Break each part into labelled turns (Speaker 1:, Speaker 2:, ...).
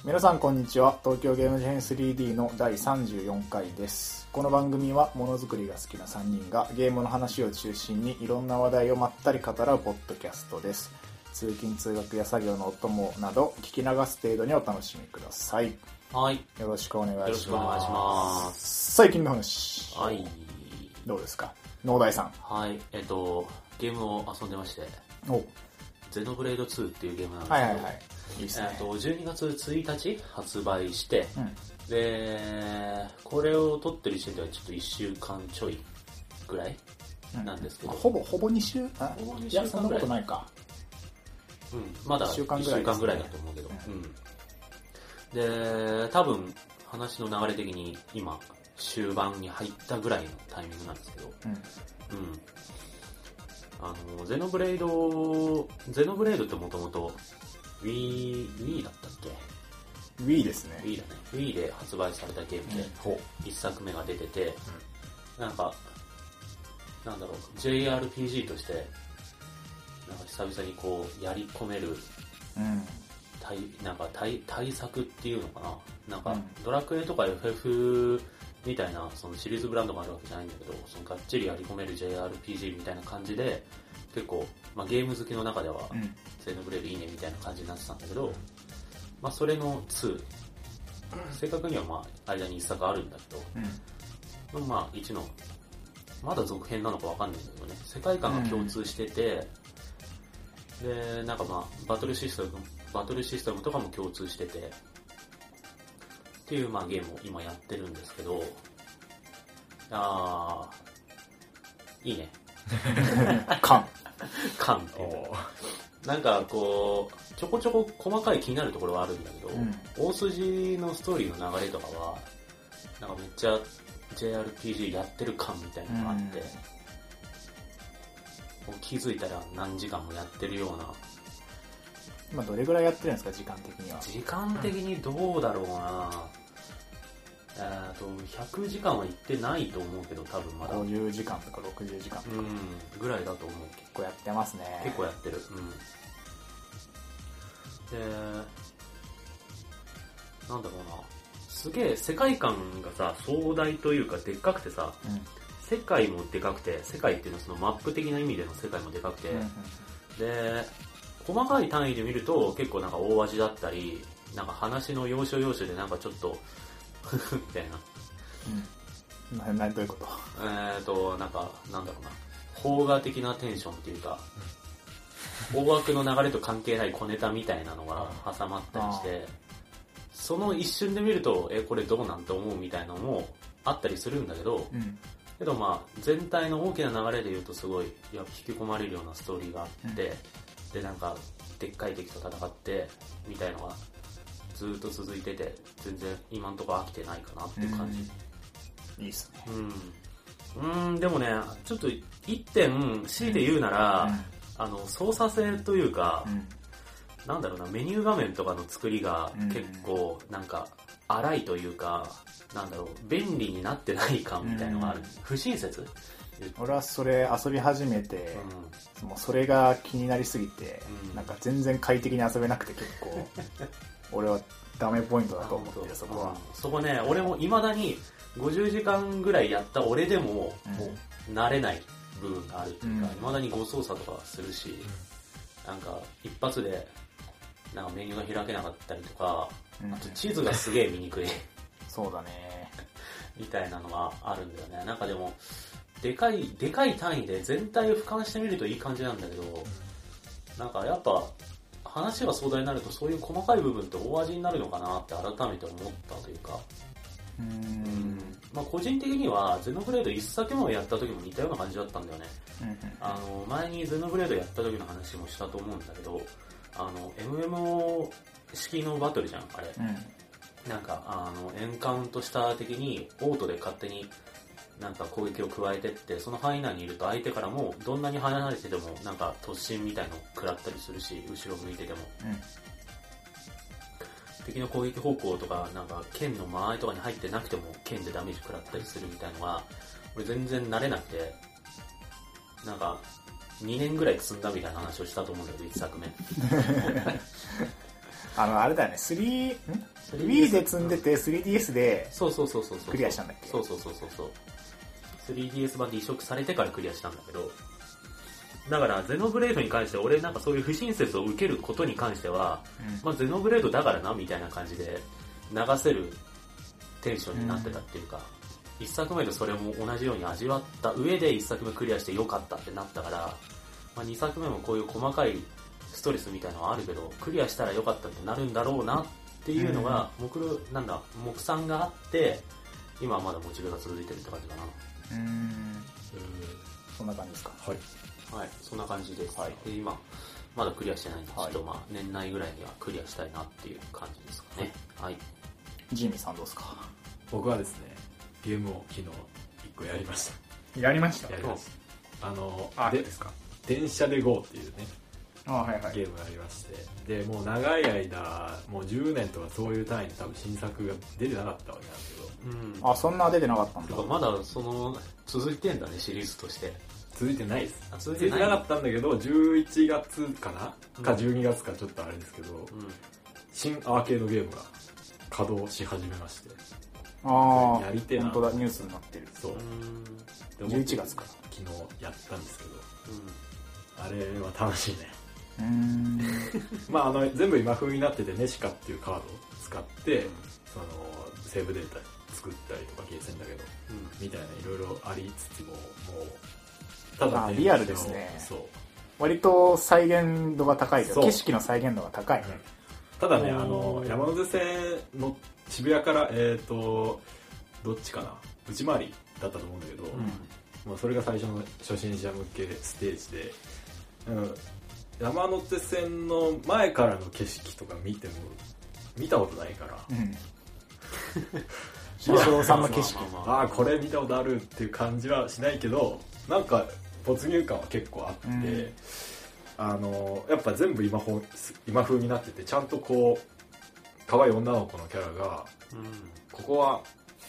Speaker 1: 皆さんこんにちは。東京ゲーム事変 3D の第34回です。この番組はものづくりが好きな3人がゲームの話を中心にいろんな話題をまったり語らうポッドキャストです。通勤通学や作業のお供など聞き流す程度にお楽しみください。
Speaker 2: はい。
Speaker 1: よろしくお願いします。
Speaker 2: よろしくお願いします。
Speaker 1: 最近の話。
Speaker 2: はい。
Speaker 1: どうですか、農大さん。
Speaker 2: はい。ゲームを遊んでまして、ゼノブレード2っていうゲームなんですけど、
Speaker 1: はいはいはい。いいですね。
Speaker 2: 12月1日発売して、で、これを撮ってる時点ではちょっと1週間ちょいぐらいなんですけど、
Speaker 1: ほぼ2週いや、そんなことないか。
Speaker 2: まだ1週間ぐらいだと思うけど、で、多分話の流れ的に今終盤に入ったぐらいのタイミングなんですけど、ゼノブレードってもともと Wii だったっけ？
Speaker 1: Wii ですね。
Speaker 2: Wii だね。Wii で発売されたゲームで、1作目が出てて、なんか、なんだろう、JRPG として、なんか久々にこう、やり込める、なんか対策っていうのかな。なんか、ドラクエとか FF みたいな、そのシリーズブランドがあるわけじゃないんだけど、そのがっちりやり込める JRPG みたいな感じで、結構、まあ、ゲーム好きの中では、ゼノブレードいいねみたいな感じになってたんだけど、まあ、それの2。正確にはまあ、間に1作あるんだけど、まあ、1の、まだ続編なのかわかんないんだけどね、世界観が共通してて、で、なんかまあ、バトルシステムとかも共通してて、っていうまあゲームを今やってるんですけど、いいね。
Speaker 1: カン
Speaker 2: っていう。なんかこう、ちょこちょこ細かい気になるところはあるんだけど、大筋のストーリーの流れとかは、なんかめっちゃ JRPG やってる感みたいなのがあって、気づいたら何時間もやってるような。
Speaker 1: 今どれぐらいやってるんですか、時間的には。
Speaker 2: 時間的にどうだろうな。100時間はいってないと思うけど、多分まだ。
Speaker 1: 50時間とか60時間とか。
Speaker 2: ぐらいだと思う。
Speaker 1: 結構やってますね。
Speaker 2: 結構やってる。で、なんだろうな。すげえ世界観がさ、壮大というかでっかくてさ、世界もでかくて、世界っていうのはそのマップ的な意味での世界もでかくて、で、細かい単位で見ると結構なんか大味だったり、なんか話の要所要所でなんかちょっとみたいな。
Speaker 1: どういうこと？
Speaker 2: なんか、なんだろうな。邦画的なテンションっていうか、大枠の流れと関係ない小ネタみたいなのが挟まったりして、その一瞬で見ると、これどうなんて思うみたいなのもあったりするんだけど、けどまあ、全体の大きな流れで言うとすごい、引き込まれるようなストーリーがあって、で、なんか、でっかい敵と戦って、みたいのが、ずーっと続いてて、全然今んとこ飽きてないかなっていう感じ。
Speaker 1: いいっすね。
Speaker 2: でもね、ちょっと一点強いて言うなら、操作性というか、なんだろうな、メニュー画面とかの作りが結構なんか荒いというか、なんだろう、便利になってない感みたいのがある。不親切？
Speaker 1: 俺はそれ遊び始めて、もうそれが気になりすぎて、なんか全然快適に遊べなくて結構、俺はダメポイントだと思ってる、そこは。
Speaker 2: そこね、俺も未だに50時間ぐらいやった俺でも、もう慣れない部分があるっていうか、未だに誤操作とかするし、なんか一発でなんかメニューが開けなかったりとか、あと地図がすげえ見にくい。
Speaker 1: そうだね。
Speaker 2: みたいなのがあるんだよね。なんかでも、でかい単位で全体を俯瞰してみるといい感じなんだけど、なんかやっぱ、話が壮大になるとそういう細かい部分って大味になるのかなって改めて思ったというか。まあ個人的にはゼノブレード1作目をやった時も似たような感じだったんだよね。前にゼノブレードやった時の話もしたと思うんだけど、MMO 式のバトルじゃん、あれ。なんか、エンカウントした的にオートで勝手になんか攻撃を加えてって、その範囲内にいると相手からもどんなに離れててもなんか突進みたいのを食らったりするし、後ろ向いてても。敵の攻撃方向とか、なんか剣の間合いとかに入ってなくても剣でダメージ食らったりするみたいのが、俺全然慣れなくて、なんか2年ぐらい積んだみたいな話をしたと思うんだけど、1作目。
Speaker 1: あれだよね、Wii で積んでて 3DS でクリアしたんだっけ。
Speaker 2: そう 3DS 版で移植されてからクリアしたんだけど、だからゼノブレードに関しては俺なんかそういう不親切を受けることに関しては、まあゼノブレードだからなみたいな感じで流せるテンションになってたっていうか、一作目とそれも同じように味わった上で一作目クリアしてよかったってなったから、まあ、2作目もこういう細かいストレスみたいなのはあるけど、クリアしたらよかったってなるんだろうなっていうのが、目算があって、今はまだモチベが続いてるって感じかな。
Speaker 1: そんな感じですか。
Speaker 2: はい、そんな感じです。
Speaker 1: はい、
Speaker 2: で今まだクリアしてないんで、ちょっとまあ年内ぐらいにはクリアしたいなっていう感じですかね。はい。
Speaker 1: ジーミーさんどうですか。
Speaker 3: 僕はですね、ゲームを昨日1個やりました。
Speaker 1: やりました。
Speaker 3: アー
Speaker 1: クですか。
Speaker 3: 電車で GO っていうね、
Speaker 1: はいはい、
Speaker 3: ゲームがありまして、でもう長い間もう10年とかそういう単位で多分新作が出てなかったわけなんですけど、
Speaker 1: そんな出てなかったんだ。
Speaker 2: まだその続いてんだね、シリーズとして。
Speaker 3: 続いてないです。続いてなかったんだけど、11月かな、か12月かちょっとあれですけど、新アーケードゲームが稼働し始めまして、やりてえな。
Speaker 1: 本当だ、ニュースになってる。
Speaker 3: そう。
Speaker 1: 11月か。
Speaker 3: 昨日やったんですけど、あれは楽しいね。まあ全部今風になってて、ネシカっていうカードを使って、そのセーブデータ作ったりとかゲーセンだけど、みたいないろいろありつつも、もう
Speaker 1: ただリアルですね。
Speaker 3: そう。
Speaker 1: 割と再現度が高いけど、景色の再現度が高いね。
Speaker 3: ただね、山手線の渋谷からどっちかな、内回りだったと思うんだけど、もうそれが最初の初心者向けステージで、山手線の前からの景色とか見ても見たことないから、
Speaker 1: 車掌さんの景色、
Speaker 3: これ見たことあるっていう感じはしないけど、なんか没入感は結構あって、やっぱ全部今風になってて、ちゃんとこう可愛い女の子のキャラが、ここは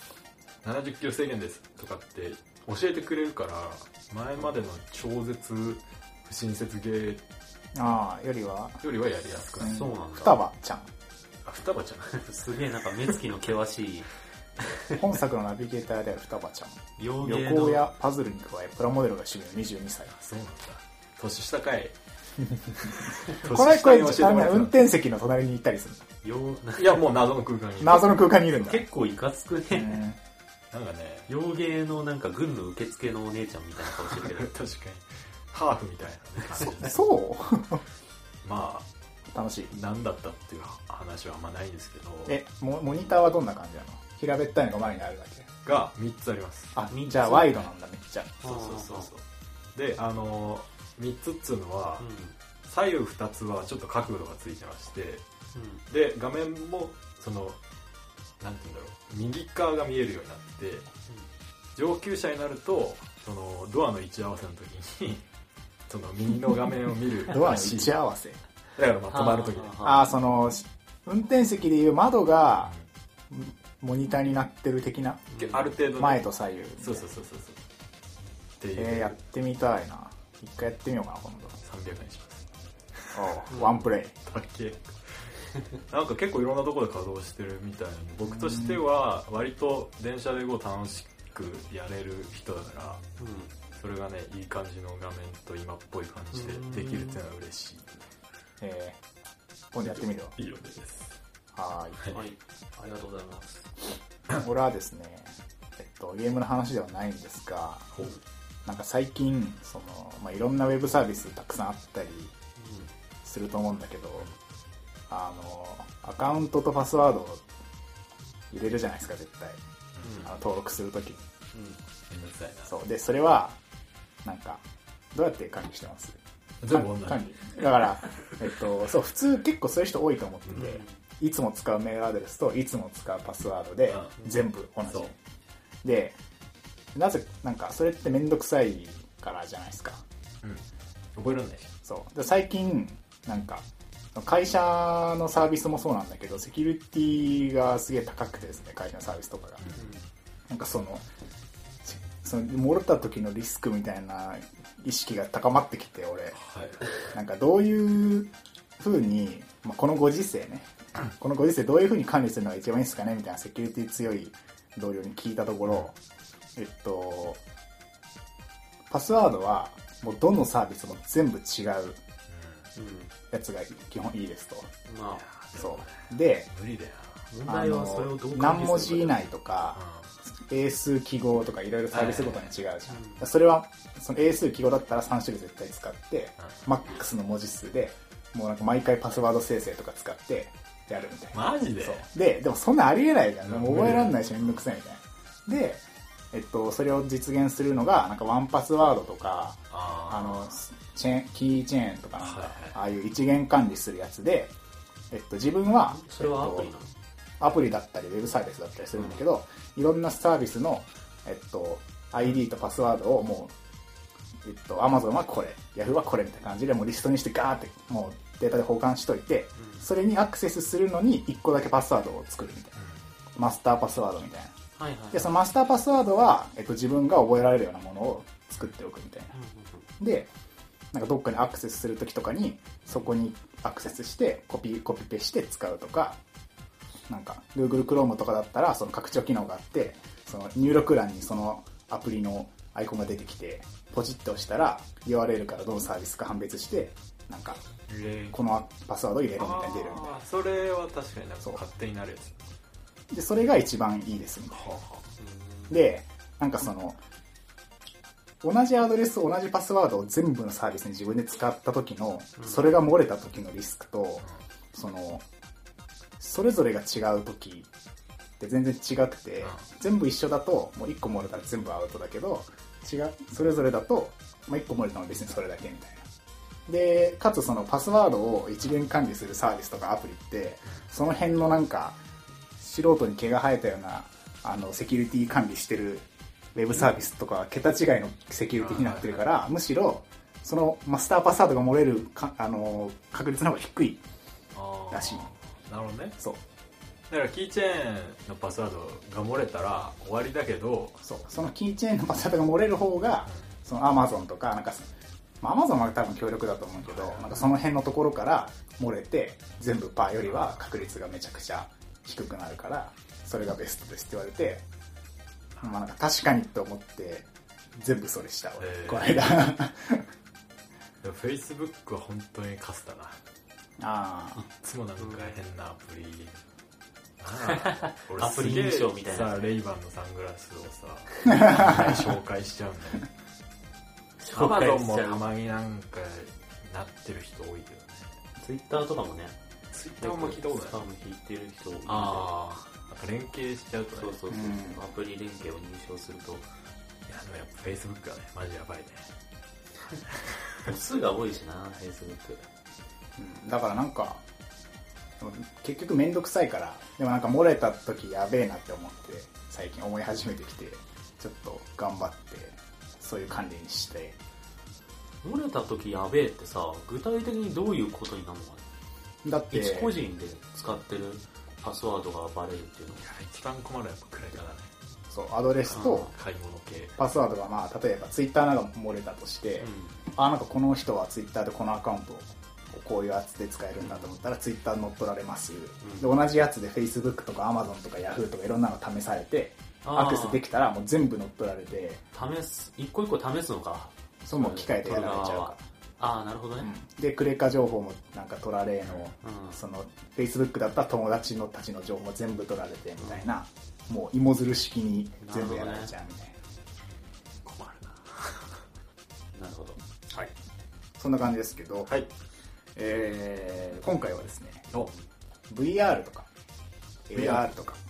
Speaker 3: 70キロ制限ですとかって教えてくれるから、前までの超絶不親切ゲー
Speaker 1: よりは
Speaker 3: やりやすくない。
Speaker 2: そうなんだ。
Speaker 1: 双葉ちゃん。
Speaker 3: 双葉ちゃん
Speaker 2: すげえなんか目つきの険しい
Speaker 1: 本作のナビゲーターである双葉ちゃん。
Speaker 2: 旅
Speaker 1: 行やパズルに加えプラモデルが趣味の22歳。
Speaker 3: そうなんだ。年下かい。
Speaker 1: これ運転席の隣に行ったりする。
Speaker 3: いやもう謎の空間
Speaker 1: にいるんだ。
Speaker 2: 結構いかつくね。
Speaker 3: なんかね、
Speaker 2: 洋芸のなんか軍の受付のお姉ちゃんみたいな顔してるけど。
Speaker 3: 確かにハーフみたいな感じで。
Speaker 1: そう
Speaker 3: まあ
Speaker 1: 楽しい。
Speaker 3: 何だったっていう話はあんまないんですけど。
Speaker 1: モニターはどんな感じなの？平べったいのが前にあるだけ
Speaker 3: が3つあります。
Speaker 1: じゃあワイドなんだ、めっちゃ。
Speaker 3: そうで、3つっつうのは、左右2つはちょっと角度がついてまして、で画面もそのなんていうんだろう、右側が見えるようになってて、上級者になるとそのドアの位置合わせの時にその右の画面を見る
Speaker 1: ドアの位置合わせ
Speaker 3: だから止まる時に
Speaker 1: その運転席でいう窓がモニターになってる的な、
Speaker 3: ある程度、
Speaker 1: 前と左右。
Speaker 3: そうっていう、
Speaker 1: やってみたいな。一回やってみようかな、今度。
Speaker 3: 300円します。
Speaker 1: ワンプレイ
Speaker 3: だっけ。なんか結構いろんなところで稼働してるみたいな。僕としては割と電車で楽しくやれる人だから、それがね、いい感じの画面と今っぽい感じでできるっていうのは嬉しい。
Speaker 1: 今度やってみるわ。
Speaker 3: いいようです。
Speaker 2: はい、ありがとうございます。
Speaker 1: 俺はですね、ゲームの話ではないんですが、なんか最近いろんなウェブサービスたくさんあったりすると思うんだけど、アカウントとパスワードを入れるじゃないですか、絶対。登録するときに。
Speaker 3: めんどくさいな。
Speaker 1: そうで、それはなんかどうやって管理してます？
Speaker 3: 全部同じ。
Speaker 1: だからそう普通結構そういう人多いと思ってて、いつも使うメールアドレスといつも使うパスワードで全部同じ。で、なぜなんかそれってめんどくさいからじゃないですか。
Speaker 3: 覚えるんでしょ。
Speaker 1: そうで、最近なんか会社のサービスもそうなんだけど、セキュリティがすげえ高くてですね、会社のサービスとかが、なんかその漏れた時のリスクみたいな意識が高まってきて、俺、なんかどういう風に、まあ、このご時世ねこのご時世どういう風に管理するのが一番いいですかねみたいなセキュリティ強い同僚に聞いたところ、パスワードはもうどのサービスも全部違うやつが基本いいですと。
Speaker 2: まあ
Speaker 1: そうで
Speaker 3: 無理だよ。
Speaker 2: 問題はそれをどう管理するか。
Speaker 1: 何文字以内とか、英数記号とかいろいろサービスごとに違うじゃん、それはその英数記号だったら3種類絶対使って、マックスの文字数でもうなんか毎回パスワード生成とか使ってやるみたいな。
Speaker 3: マジで？
Speaker 1: そうでもそんなありえないじゃん、もう覚えられないしめんどくさいみたいな。でそれを実現するのがなんかワンパスワードとかキーチェーンとかなんか、ああいう一元管理するやつで、自分は
Speaker 2: それはアプリなの？
Speaker 1: アプリだったりウェブサービスだったりするんだけど、いろんなサービスの、ID とパスワードをもう、Amazon はこれ Yahoo はこれみたいな感じでもうリストにしてガーってもうデータで保管しといて、それにアクセスするのに1個だけパスワードを作るみたいな、マスターパスワードみたいな。でそのマスターパスワードは、自分が覚えられるようなものを作っておくみたいな。でなんかどっかにアクセスするときとかにそこにアクセスしてコピペして使うとか、なんか Google Chrome とかだったらその拡張機能があって、その入力欄にそのアプリのアイコンが出てきてポチッと押したら URL からどのサービスか判別してなんかこのパスワードを入れろみたいに出るみたいな。
Speaker 3: それは確かになんか勝手になるやつ
Speaker 1: でそれが一番いいですみたいな。でなんかその同じアドレス同じパスワードを全部のサービスに自分で使った時の、それが漏れた時のリスクと、それぞれが違う時って全然違くて、全部一緒だともう1個漏れたら全部アウトだけど、それぞれだと、1個漏れたのは別にそれだけみたいな。でかつそのパスワードを一元管理するサービスとかアプリってその辺のなんか素人に毛が生えたようなセキュリティ管理してるウェブサービスとか桁違いのセキュリティになってるから、むしろそのマスターパスワードが漏れる確率の方が低いらしい。
Speaker 3: なるほどね。
Speaker 1: そう
Speaker 3: だからキーチェーンのパスワードが漏れたら終わりだけど、
Speaker 1: そのキーチェーンのパスワードが漏れる方が、その Amazon とかなんか、Amazon は多分強力だと思うけど、なんかその辺のところから漏れて全部パーよりは確率がめちゃくちゃ低くなるから、それがベストですって言われて、なんか確かにと思って全部それした俺、この間。
Speaker 3: Facebook は本当にカスだな。いつもなんか変なアプリ。俺
Speaker 2: アプリ認証みたいな
Speaker 3: さ、レイバンのサングラスをさ紹介しちゃうんだよ。Amazon もたまになんかなってる人多いけどね。
Speaker 2: Twitter とかもね。
Speaker 3: Twitter も聞いたことない。
Speaker 2: スパム引いてる人多いんで。
Speaker 3: 連携しちゃうとね。
Speaker 2: そう、アプリ連携を認証すると。
Speaker 3: いやでもやっぱ Facebook はねマジやばいね。
Speaker 2: 母数が多いしな Facebook。
Speaker 1: だからなんか結局めんどくさいから、でもなんか漏れた時やべえなって思って最近思い始めてきて、ちょっと頑張ってそういう管理にして。
Speaker 2: 漏れた時やべえってさ、具体的にどういうことになるのかね。
Speaker 1: だって
Speaker 2: 一個人で使ってるパスワードがバレるっていうのが
Speaker 3: 一番困るのはやっぱクレカだね。
Speaker 1: そうアドレスと
Speaker 3: 買い物系
Speaker 1: パスワードが例えばツイッターなんか漏れたとして、なんかこの人はツイッターでこのアカウントをこういうやつで使えるんだと思ったらツイッター乗っ取られます、で同じやつで Facebook とか Amazon とか Yahoo とかいろんなの試されてアクセスできたらもう全部乗っ取られて、
Speaker 2: 一個一個試すのか。
Speaker 1: そうも機械でやられちゃうから。
Speaker 2: なるほどね。
Speaker 1: でクレカ情報もなんか取られの、その Facebook だったら友達のたちの情報も全部取られてみたいな、もう芋づる式に全部やられちゃうみたいな。
Speaker 3: 困る
Speaker 2: な。なるほど。
Speaker 1: はい。そんな感じですけど、
Speaker 3: はい。
Speaker 1: 今回はですね、VR とか AR とか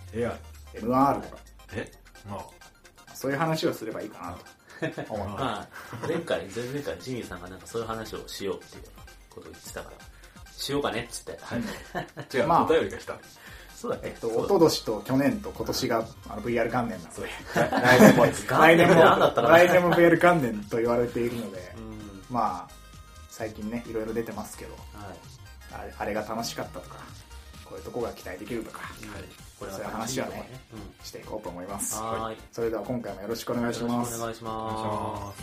Speaker 1: MR とかそういう話をすればいいかなと思って
Speaker 2: 前回ジミーさんがなんかそういう話をしようっていうことを言ってたからしようかねっつって、
Speaker 3: 違う、お便りが来た。
Speaker 2: そうだね。
Speaker 1: 一昨年と去年と今年がVR 元年なので
Speaker 2: 来年
Speaker 1: も VR 元年と言われているので、最近ねいろいろ出てますけど、あれが楽しかったとかこういうとこが期待できるとか、そういう話はねしていこうと思います。それでは今回もよろしくお願いします。
Speaker 2: お願いします。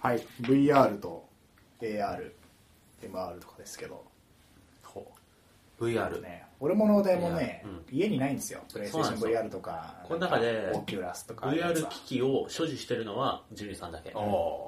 Speaker 1: はい、VR と AR、MR とかですけど、
Speaker 2: VR
Speaker 1: ね、俺ものでもね、
Speaker 2: うん、
Speaker 1: 家にないんですよ。プレイステーション VR とか、
Speaker 2: この中で
Speaker 1: オキュラスとか
Speaker 2: VR 機器を所持してるのはジュニーさんだけ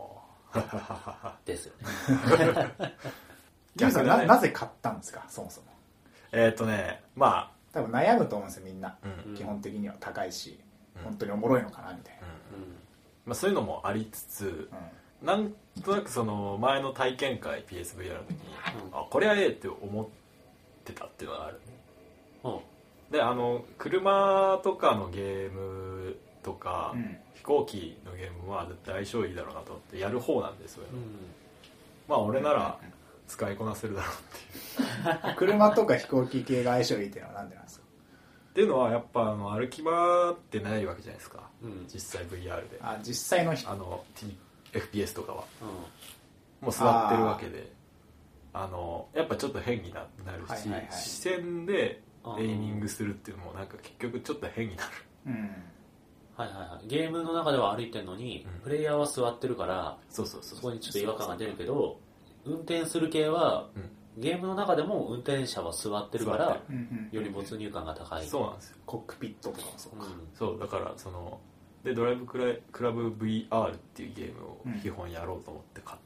Speaker 2: ですよね。
Speaker 1: ジュニーさん、なぜ買ったんですか、そもそも。
Speaker 3: まあ
Speaker 1: 多分悩むと思うんですよ、みんな、
Speaker 3: うん、
Speaker 1: 基本的には高いし、本当におもろいのかなみたいな、
Speaker 3: まあ、そういうのもありつつ、なんとなくその前の体験会 PSVR の時に、あ、これはええって思ってたっていうのがあるね、で車とかのゲームとか、飛行機のゲームは絶対相性いいだろうなと思ってやる方なんですよ、まあ俺なら使いこなせるだろうっていう
Speaker 1: 車とか飛行機系が相性いいっていうのはなんでなんですか。
Speaker 3: っていうのはやっぱ歩き回ってないわけじゃないですか、実際 VR で
Speaker 1: 実際の
Speaker 3: FPS とかは、もう座ってるわけでやっぱちょっと変になるし、視線でエイミングするっていうのもなんか結局ちょっと変になる、
Speaker 2: はいはいはい、ゲームの中では歩いてるのに、プレイヤーは座ってるから、
Speaker 3: そ
Speaker 2: こにちょっと違和感が出るけど、運転する系は、ゲームの中でも運転者は座ってるから、より没入感が高い。
Speaker 3: そうなんですよ。
Speaker 1: コックピットとかもそうか、
Speaker 3: そうだからでドライブクラブ VR っていうゲームを基本やろうと思って買って、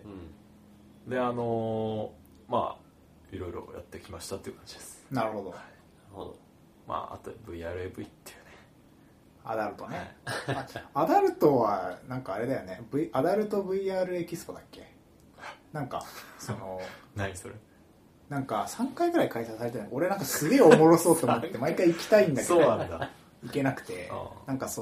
Speaker 3: でまあいろいろやってきましたっていう感じです。
Speaker 1: なるほど、
Speaker 3: なるほど。まああと VRAV っていうね、
Speaker 1: アダルトね、アダルトはなんかあれだよね、アダルト VR エキスポだっけ、なんか
Speaker 3: 何それ、
Speaker 1: なんか3回ぐらい開催されてない。俺なんかすげえおもろそうと思って毎回行きたいんだけど
Speaker 3: そうなんだ
Speaker 1: 行けなくて、なんか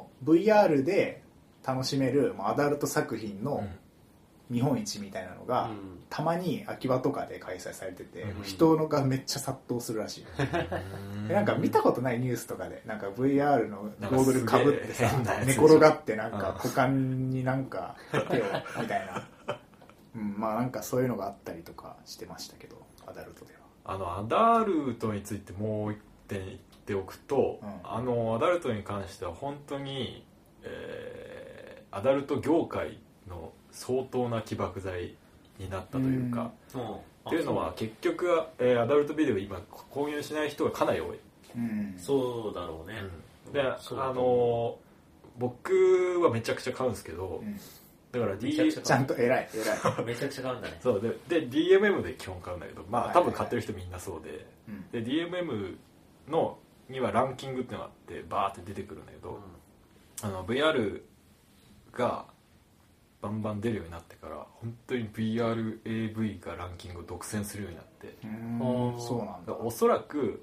Speaker 1: VR で楽しめるアダルト作品の見本市みたいなのが、たまに秋葉とかで開催されてて、人がめっちゃ殺到するらしいなんか見たことないニュースとかでなんか VR のゴーグルかぶってさ寝転がってなんか股間になんか手をみたいなまあなんかそういうのがあったりとかしてましたけど、アダルトでは
Speaker 3: アダルトについてもう一点言っておくと、アダルトに関しては本当に、アダルト業界の相当な起爆剤になったというか、っていうのは結局は、アダルトビデオ今購入しない人がかなり多い、
Speaker 2: そうだろうね、
Speaker 3: で僕はめちゃくちゃ買うんですけど、だから
Speaker 2: ち
Speaker 1: ゃんと偉い
Speaker 2: めちゃくちゃ買うんだね。
Speaker 3: そうで DMM で基本買うんだけど、まあ多分買ってる人みんなそうで、で DMM にはランキングってのがあってバーって出てくるんだけど、VR がバンバン出るようになってから本当に VRAV がランキングを独占するようになって、
Speaker 1: そうなんだ。
Speaker 3: おそらく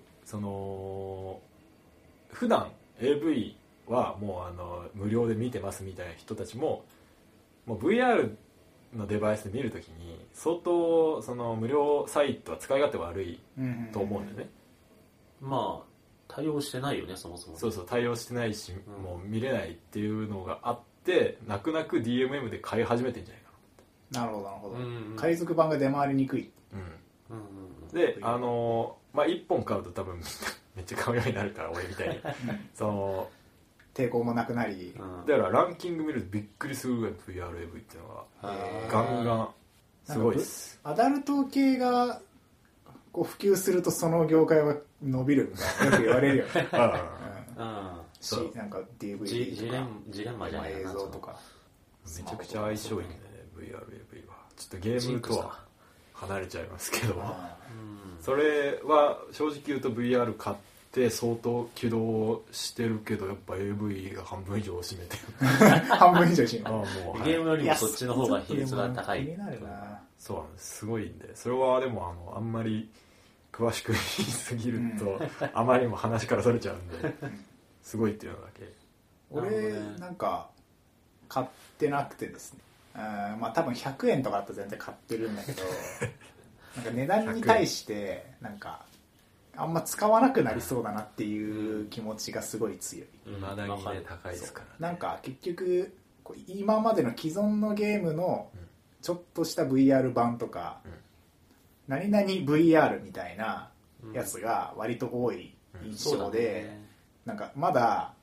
Speaker 3: 普段 AV はもう無料で見てますみたいな人たちもう VR のデバイスで見るときに相当無料サイトは使い勝手悪いと思うんだよね、
Speaker 2: まあ対応してないよね、そもそも。
Speaker 3: そう対応してないし、もう見れないっていうのがあって泣く泣く DMM で買い始めてんじゃないか
Speaker 1: な。なるほどなるほど、海賊版が出回りにくい、
Speaker 3: でまあ1本買うと多分めっちゃ買うようになるから俺みたいに
Speaker 1: 抵抗もなくなり、
Speaker 3: だからランキング見るとびっくりするぐらい VRAV っていうのがガンガンすごいです。
Speaker 1: アダルト系がこう普及するとその業界は伸びるみたいなよく言われるよねなんか DVD とか
Speaker 2: ジレンマじゃない
Speaker 1: 映像とか
Speaker 3: めちゃくちゃ相性いいんでね VRAV は。ちょっとゲームとは離れちゃいますけど、それは正直言うと VR 買って相当起動してるけどやっぱ AV が半分以上を占めてる
Speaker 1: 半分以上占めてる
Speaker 2: もうゲームよりもそっちの方が比率が高い。
Speaker 3: そうなんです、すごいんで、それはでもあんまり詳しく言いすぎると、あまりにも話からそれちゃうんですごいっていうのだけ。
Speaker 1: 俺なんか買ってなくてですね、まあ多分100円とかだと全然買ってるんだけどなんか値段に対してなんかあんま使わなくなりそうだなっていう気持ちがすごい強い。
Speaker 3: まだにね高いですから、ね、
Speaker 1: なんか結局今までの既存のゲームのちょっとした VR 版とか、何々 VR みたいなやつが割と多い印象で、なんかまだ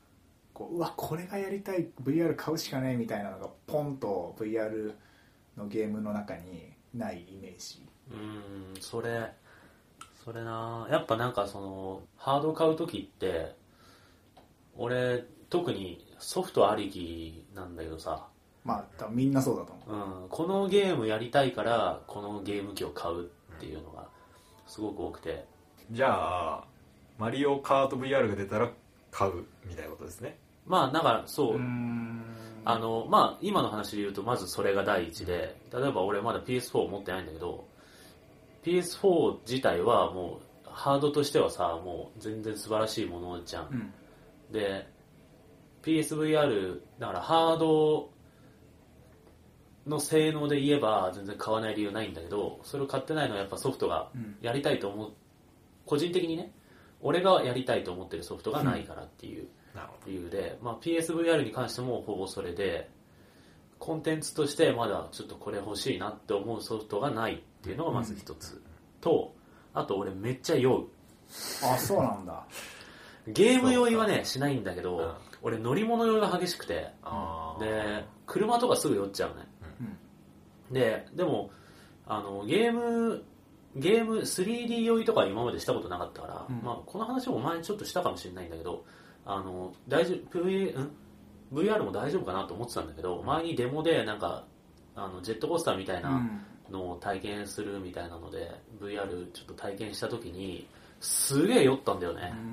Speaker 1: うわこれがやりたい VR 買うしかねえみたいなのがポンと VR のゲームの中にないイメージ。
Speaker 2: それな、やっぱなんかそのハード買うときって俺特にソフトありきなんだけどさ、
Speaker 1: まあ多分みんなそうだと思う、
Speaker 2: このゲームやりたいからこのゲーム機を買うっていうのがすごく多くて、
Speaker 3: じゃあマリオカート VR が出たら買うみたいなことですね。
Speaker 2: まあだからそう、まあ今の話で言うとまずそれが第一で、例えば俺まだ PS4 持ってないんだけど PS4 自体はもうハードとしてはさもう全然素晴らしいものじゃん、で PSVR だからハードの性能で言えば全然買わない理由ないんだけど、それを買ってないのはやっぱソフトがやりたいと思う、個人的にね俺がやりたいと思ってるソフトがないからっていう理由で、まあ、PSVR に関してもほぼそれで、コンテンツとしてまだちょっとこれ欲しいなって思うソフトがないっていうのがまず一つ、とあと俺めっちゃ酔う。
Speaker 1: あ、そうなんだ。
Speaker 2: ゲーム酔いはねしないんだけど、俺乗り物酔いが激しくて、で車とかすぐ酔っちゃうね、でもゲーム 3D 酔いとか今までしたことなかったから、まあ、この話も前にちょっとしたかもしれないんだけど、大丈夫 VR も大丈夫かなと思ってたんだけど、前にデモでなんかジェットコースターみたいなのを体験するみたいなので、VR ちょっと体験した時にすげえ酔ったんだよね。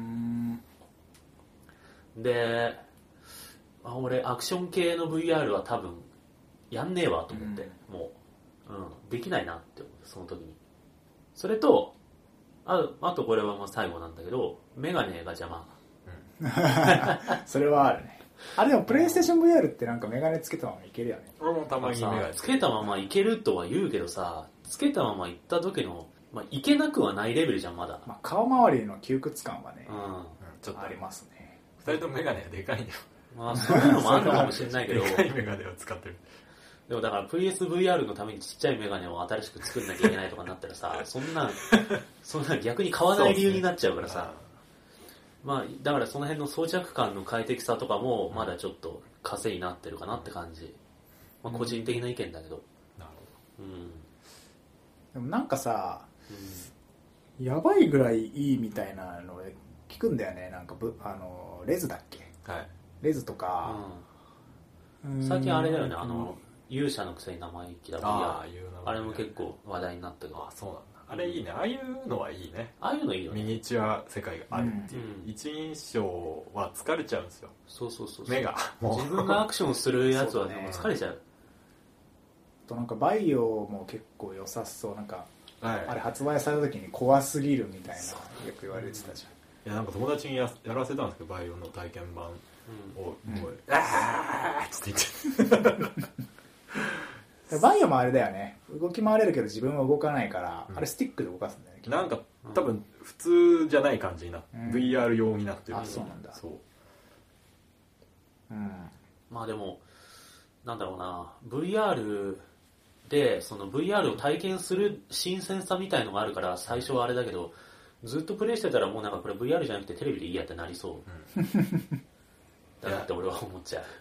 Speaker 2: で俺アクション系の VR は多分やんねえわと思って、もう、できないなって思ってその時に。それとあとこれはもう最後なんだけど、メガネが邪魔。
Speaker 1: それはあるね。あれでもプレイステーション VR ってなんかメガネつけたままいけるよね。
Speaker 3: 俺もたまにメガネ
Speaker 2: つけたままいけるとは言うけどさ、つけたまま行った時の、まあ、いけなくはないレベルじゃんまだ、
Speaker 1: まあ、顔周りの窮屈感はね、
Speaker 3: ちょっと
Speaker 1: ありますね。
Speaker 3: 2人ともメガネがでかいんだよ。
Speaker 2: まあそういうのもあるのかもしれないけど
Speaker 3: でかいメガネを使ってる。
Speaker 2: でもだから PSVR のためにちっちゃいメガネを新しく作んなきゃいけないとかになったらさそんなん逆に買わない理由になっちゃうからさ、まあだからその辺の装着感の快適さとかもまだちょっと稼になってるかなって感じ、まあ、個人的な意見だけど、
Speaker 3: なるほど。
Speaker 1: でもなんかさ、やばいぐらいいいみたいなので聞くんだよね。なんかレズだっけ、レズとか、
Speaker 2: 最近あれだよね、勇者のくせに生意気だ VR あれも結構話題になったけど。
Speaker 3: あ、そうなんだ。あれいいね。ああいうのはいいね。
Speaker 2: ああいうのいいよね。
Speaker 3: ミニチュア世界があるっていう、一人称は疲れちゃうんですよ。
Speaker 2: そう
Speaker 3: 目がもう
Speaker 2: 自分がアクションするやつはねもう疲れちゃう。
Speaker 1: となんかバイオも結構良さそう。なんか、
Speaker 3: あ
Speaker 1: れ発売された時に怖すぎるみたいなよく言われてたじゃん。
Speaker 3: いやなんか友達にやらせたんですけど、バイオの体験版をもうあーって言って
Speaker 1: バイオもあれだよね、動き回れるけど自分は動かないから、あれスティックで動かすんだよね。
Speaker 3: なんか多分普通じゃない感じになって、VR 用になってる。
Speaker 1: あ、そうなんだ。
Speaker 3: そう、
Speaker 2: まあでもなんだろうな、 VR でその VR を体験する新鮮さみたいのがあるから最初はあれだけど、ずっとプレイしてたらもうなんかこれ VR じゃなくてテレビでいいやってなりそう、だなって俺は思っちゃう。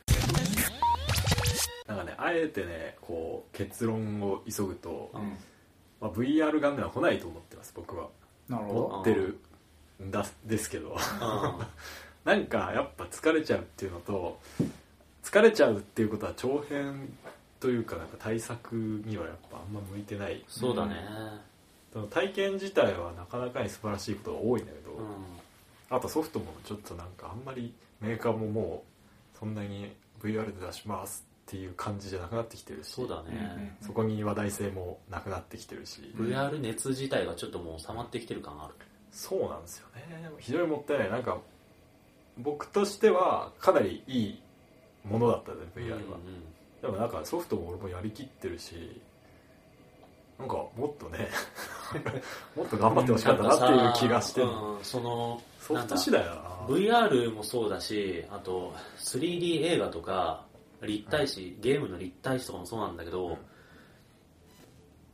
Speaker 3: なんかね、あえてねこう結論を急ぐと、まあ、VR ガンダムは来ないと思ってます僕は。
Speaker 1: なるほど。
Speaker 3: 思ってるんですけどなんかやっぱ疲れちゃうっていうのと、疲れちゃうっていうことは長編というかなんか対策にはやっぱあんま向いてない。
Speaker 2: そうだね、
Speaker 3: その体験自体はなかなかに素晴らしいことが多いんだけど、あとソフトもちょっとなんかあんまりメーカーももうそんなに VR で出しますっていう感じじゃなくなってきてるし、
Speaker 2: そうだね、
Speaker 3: そこに話題性もなくなってきてるし、
Speaker 2: VR 熱自体がちょっともう収まってきてる感がある。
Speaker 3: そうなんですよね。非常にもったいない。なんか僕としてはかなりいいものだったね VR は、でもなんかソフトも俺もやりきってるし、なんかもっとねもっと頑張ってほしかったなっていう気がしてる。
Speaker 2: その
Speaker 3: ソフト次第だな。
Speaker 2: VR もそうだし、あと 3D 映画とか立体視、ゲームの立体視とかもそうなんだけど、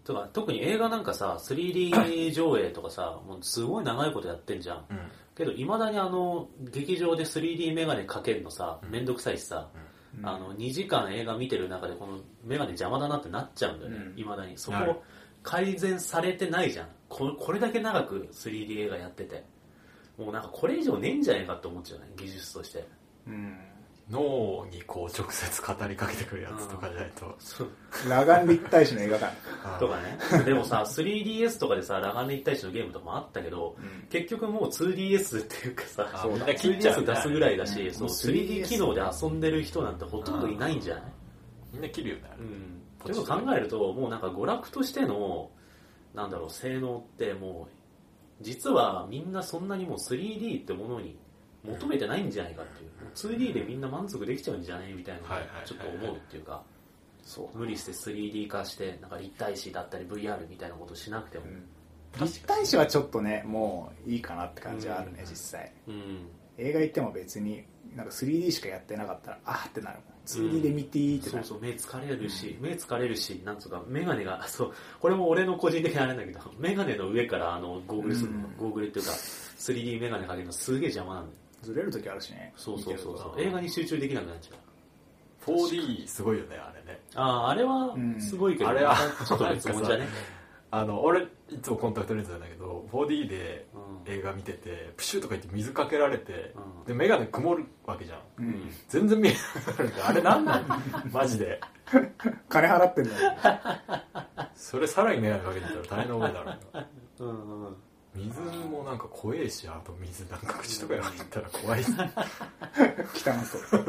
Speaker 2: とか特に映画なんかさ 3D 上映とかさもうすごい長いことやってんじゃん、けどいまだに劇場で 3D メガネかけるのさめんどくさいしさ、2時間映画見てる中でこのメガネ邪魔だなってなっちゃうんだよね、いまだにそこ改善されてないじゃん。これだけ長く 3D 映画やっててもうなんかこれ以上ねえんじゃねえかって思っちゃうね、技術として。
Speaker 3: 脳にこう直接語りかけてくるやつとかじゃないと、
Speaker 1: 裸眼立体視の映画館
Speaker 2: とかね。でもさ 3DS とかでさ裸眼立体視のゲームとかもあったけど、結局もう 2DS っていうかさ 2DS 出すぐらいだし、そう 3D 機能で遊んでる人なんてほとんどいないんじゃない？
Speaker 3: みんな切るよね。
Speaker 2: ということを考えるともうなんか娯楽としてのなんだろう性能ってもう実はみんなそんなにもう 3D ってものに求めてないんじゃないかっていう、2D でみんな満足できちゃうんじゃないみたいなのをちょっと思うっていうか、無理して 3D 化してなんか立体視だったり VR みたいなことしなくても、
Speaker 1: 立体視はちょっとねもういいかなって感じはあるね、実際、映画行っても別になんか 3D しかやってなかったらあーってなるもん、 2D で見ていいってなる、
Speaker 2: そう目疲れるしなんつうかメガネがこれも俺の個人的なあれだけどメガネの上からゴーグルするの、ゴーグルっていうか 3D メガネかけるのすげえ邪魔なんだよ。
Speaker 1: ずれる時あるしね。
Speaker 2: そう映画に集中できなくなっちゃう。
Speaker 3: 4D すごいよねあれね。
Speaker 2: あれはすごいけど、
Speaker 3: あれは
Speaker 2: ちょっと別物じゃね。
Speaker 3: 俺いつもコンタクトレンズなんだけど 4D で映画見ててプシューとか言って水かけられて、でメガネ曇るわけじゃん、全然見えなくなるんであれなんなんマジで
Speaker 1: 金払ってんだよ
Speaker 3: それさらにメガネかけてたら大変な思いだろう水もなんか怖えし、あと水なんか口とかやったら怖い
Speaker 1: 汚そう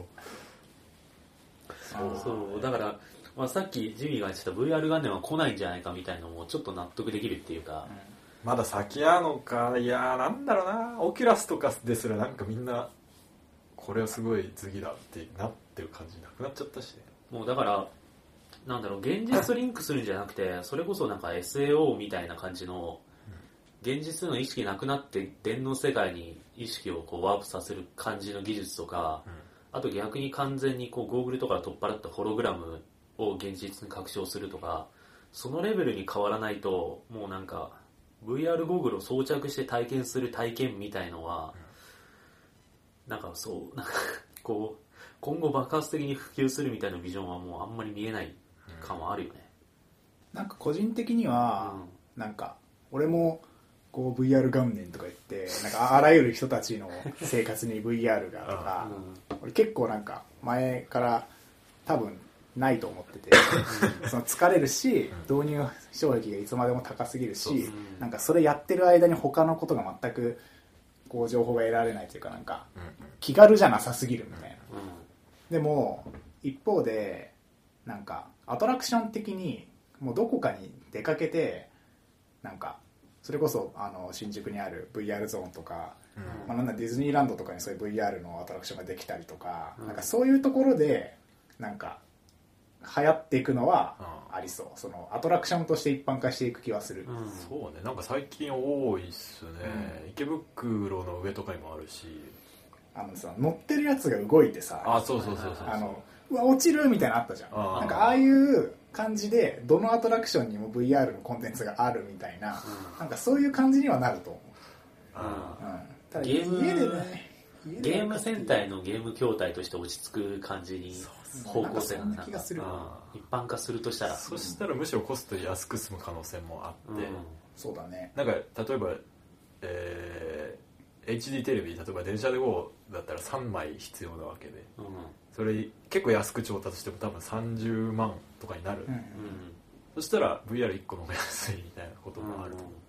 Speaker 2: そうだから、まあ、さっきジミーが言ってた VR 元年は来ないんじゃないかみたいなのもちょっと納得できるっていうか、
Speaker 3: まだ先なのか。いやーなんだろうな、オキュラスとかですらなんかみんなこれはすごい次だってなってる感じなくなっちゃったしね。
Speaker 2: もうだからなんだろう、現実リンクするんじゃなくてそれこそなんか SAO みたいな感じの現実の意識なくなって電脳世界に意識をこうワープさせる感じの技術とか、あと逆に完全にこうゴーグルとか取っ払ったホログラムを現実に拡張するとか、そのレベルに変わらないともうなんか VR ゴーグルを装着して体験する体験みたいのは、なんかそうなんかこう今後爆発的に普及するみたいなビジョンはもうあんまり見えない感はあるよね。
Speaker 1: なんか個人的には、なんか俺もこう VR 元年とか言ってなんかあらゆる人たちの生活に VR がとか俺結構なんか前から多分ないと思っててその疲れるし導入障壁がいつまでも高すぎるし、なんかそれやってる間に他のことが全くこう情報が得られないというか、なんか気軽じゃなさすぎるみたいな。でも一方でなんかアトラクション的にもうどこかに出かけて、なんかそれこそ新宿にある VR ゾーンとか、まあ、なんだディズニーランドとかにそういう VR のアトラクションができたりとか、なんかそういうところでなんか流行っていくのはありそう。そのアトラクションとして一般化していく気はする。
Speaker 3: そうね、なんか最近多いっすね、池袋の上とかにもあるし、
Speaker 1: さ乗ってるやつが動いてさ、
Speaker 3: そう
Speaker 1: うわ落ちるみたいなのあったじゃん。なんかああいう感じでどのアトラクションにも VR のコンテンツがあるみたいな、なんかそういう感じにはなると思う。ただ家でね、
Speaker 2: ゲーム戦隊のゲーム筐体として落ち着く感じに方向性がなんか一般化するとしたら、
Speaker 3: そしたらむしろコスト安く済む可能性もあって、
Speaker 1: そうだね。
Speaker 3: なんか例えば、HD テレビ、例えば電車で GO だったら3枚必要なわけで、それ結構安く調達しても多分30万とかになる、そしたら VR1 個の方が安いみたいなこともあると思う。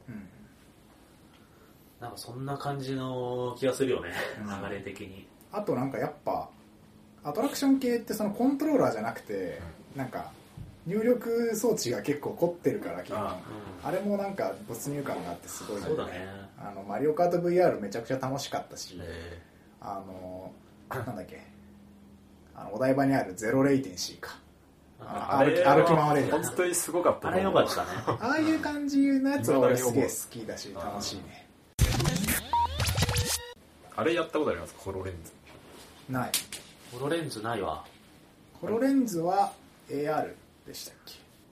Speaker 2: なんかそんな感じの気がするよね、流れ的に。
Speaker 1: あとなんかやっぱアトラクション系ってそのコントローラーじゃなくて、なんか入力装置が結構凝ってるから基本、あれもなんか没入感があってすごいよね。
Speaker 2: そうだね。
Speaker 1: マリオカート VR めちゃくちゃ楽しかったし、なんだっけ、お台場にあるゼロレイテンシーか、歩き回れる
Speaker 3: 本当にすごかった。
Speaker 2: あれよかったね。
Speaker 1: ああいう感じのやつは俺すげえ好きだし楽しいね。
Speaker 3: あれやったことありますか？ホロレンズ。
Speaker 1: ない。
Speaker 2: ホロレンズないわ。
Speaker 1: ホロレンズは AR でしたっけ？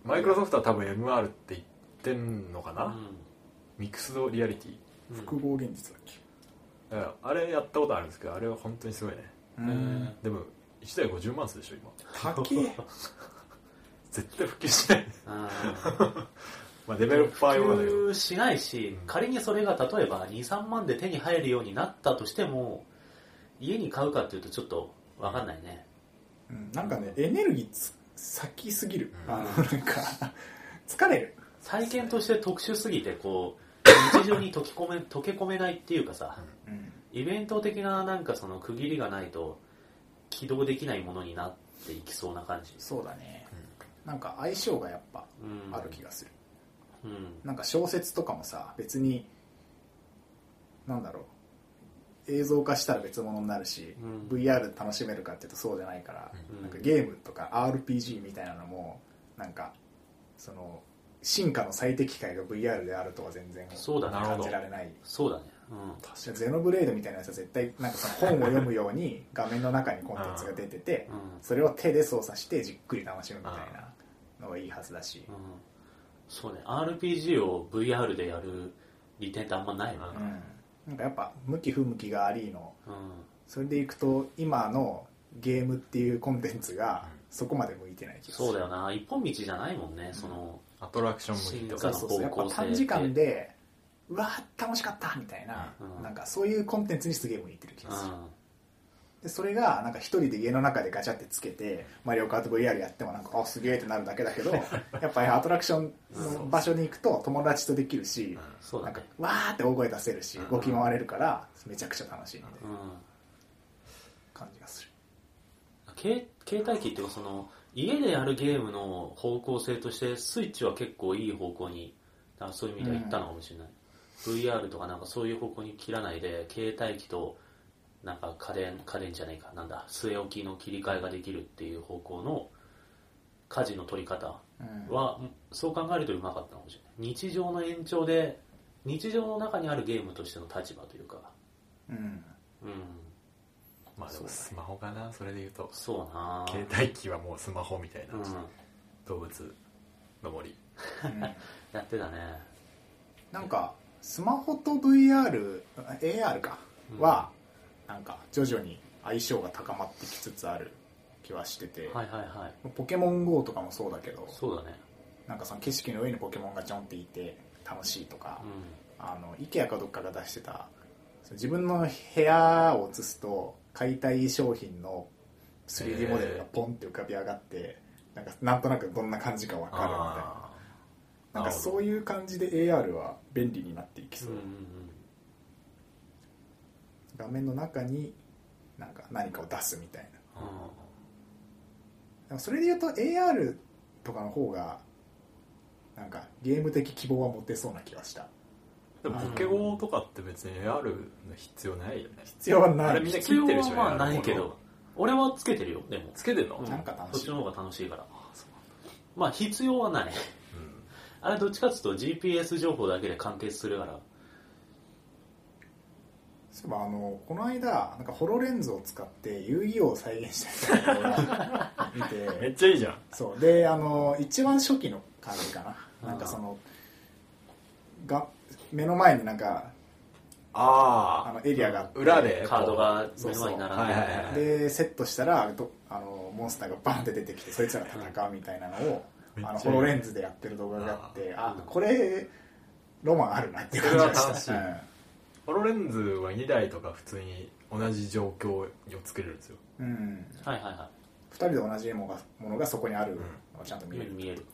Speaker 3: マイクロソフトは多分 MR って言ってんのかな、
Speaker 2: うん
Speaker 3: ミックスドリアリティ、
Speaker 1: 複合現実だっけ。
Speaker 3: あれやったことあるんですけど、あれは本当にすごいね。
Speaker 1: うん
Speaker 3: でも1台50万するでしょ今。
Speaker 1: 高え。
Speaker 3: 絶対普及しないまあデベロッパー用だけど
Speaker 2: 普及しないし、仮にそれが例えば 2,3 万で手に入るようになったとしても、家に買うかっていうとちょっと分かんないね。
Speaker 1: なんかね、エネルギー先すぎる。なんか疲れる。
Speaker 2: 体験として特殊すぎてこう日常に溶け込めないっていうかさ、イベント的ななんかその区切りがないと起動できないものになっていきそうな感じ。
Speaker 1: そうだね。なんか相性がやっぱある気がする。
Speaker 2: うん
Speaker 1: なんか小説とかもさ、別になんだろう、映像化したら別物になるし、VR で楽しめるかっていうとそうじゃないから、なんかゲームとか RPG みたいなのもなんかその進化の最適解が VR であるとは全然
Speaker 2: そうだね
Speaker 1: 感じられない。
Speaker 2: そうだね、
Speaker 1: ゼノブレードみたいなやつは絶対なんかその本を読むように画面の中にコンテンツが出ててそれを手で操作してじっくり楽しむみたいなのがいいはずだし、
Speaker 2: そうね、 RPG を VR でやる利点ってあんまないよね。
Speaker 1: なんかやっぱ向き不向きがありの、それでいくと今のゲームっていうコンテンツがそこまで向いてない気がする。
Speaker 2: そうだよな、一本道じゃないもんね、その
Speaker 3: アトラクション向きとか。
Speaker 2: 進化の方向性って
Speaker 1: やっぱ短時間でうわー楽しかったみたいな、なんかそういうコンテンツにすげえ向いてる気がする。でそれがなんか一人で家の中でガチャってつけてマリオカート VR やってもなんかあすげえってなるだけだけどやっぱりアトラクションの場所に行くと友達とできるし、なんかわーって大声出せるし動き回れるからめちゃくちゃ楽しいみたいな感じがする。
Speaker 2: 携帯機っていうかその家でやるゲームの方向性としてスイッチは結構いい方向にそういう意味では行ったのかもしれない、VR とかなんかそういう方向に切らないで携帯機となんか家電じゃないかなんだ据え置きの切り替えができるっていう方向の舵の取り方は、そう考えるとうまかったのかもしれない。日常の延長で日常の中にあるゲームとしての立場というか
Speaker 3: まあでもスマホかな、それで言うと。
Speaker 2: そうな、
Speaker 3: 携帯機はもうスマホみたいな、動物の森
Speaker 2: やってたね。
Speaker 1: なんかスマホと VR、AR かはなんか徐々に相性が高まってきつつある気はしてて、ポケモン GO とかもそうだけど、
Speaker 2: そうだね、
Speaker 1: なんかその景色の上にポケモンがちょんっていて楽しいとか、IKEA かどっかが出してた自分の部屋を映すと買いたい商品の 3D モデルがポンって浮かび上がってなんとなくどんな感じか分かるみたいな、なんかそういう感じで AR は便利になっていきそう、画面の中になんか何かを出すみたいな、でもそれで言うと AR とかの方がなんかゲーム的希望は持てそうな気がした。
Speaker 3: でもポケゴーとかって別に AR の必要ないよね。
Speaker 1: 必要はない。
Speaker 3: あれみんな切ってるでしょ。
Speaker 2: 必要はまあないけど、俺はつけてるよ。でも
Speaker 3: つけてんの？
Speaker 1: なんか楽しい。
Speaker 2: そっちの方が楽しいから。まあ必要はない。あれどっちかっていうと GPS 情報だけで完結するから。
Speaker 1: そういえばこの間なんかホロレンズを使って遊戯王を再現したみたいなのを見て
Speaker 3: めっちゃいいじゃん。
Speaker 1: そうで一番初期の感じかな。なんかその目の前になんかエリアが
Speaker 3: 裏で
Speaker 2: カードが目の前に並んで
Speaker 1: でセットしたらモンスターがバンって出てきてそいつらが戦うみたいなのをホロレンズでやってる動画があってこれロマンあるなっていう感じがした。
Speaker 3: ホロレンズは2台とか普通に同じ状況を作れるんですよ。
Speaker 1: 2人で同じものがそこにあるのをちゃんと見える。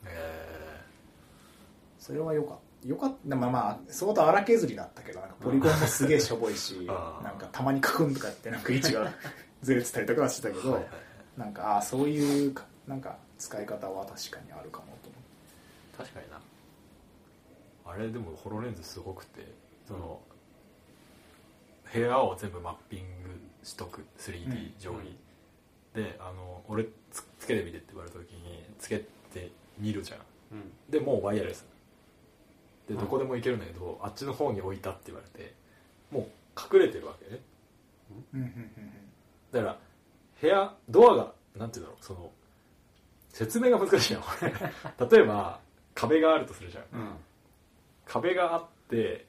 Speaker 1: それはよかった。まあ相当荒削りだったけどなんかポリゴンもすげえしょぼいしなんかたまにカクンとかってなんか位置がずれてたりとかはしてたけどなんかそういうなんか使い方は確かにあるかもと思
Speaker 3: う。確かにな。あれでもホロレンズすごくて部屋を全部マッピングしとく 3D 上に、で俺つけてみてって言われた時につけてみるじゃん、でもうワイヤレスでどこでも行けるんだけど、あっちの方に置いたって言われてもう隠れてるわけね、だから部屋ドアがなんていうんだろう説明が難しいなこれ例えば壁があるとするじゃん、壁があって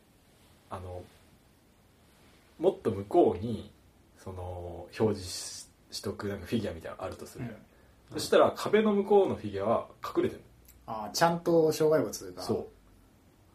Speaker 3: もっと向こうにその表示しとくなんかフィギュアみたいなのあるとするじゃん、そしたら壁の向こうのフィギュアは隠れてる
Speaker 1: の。ちゃんと障害物が。
Speaker 3: そう、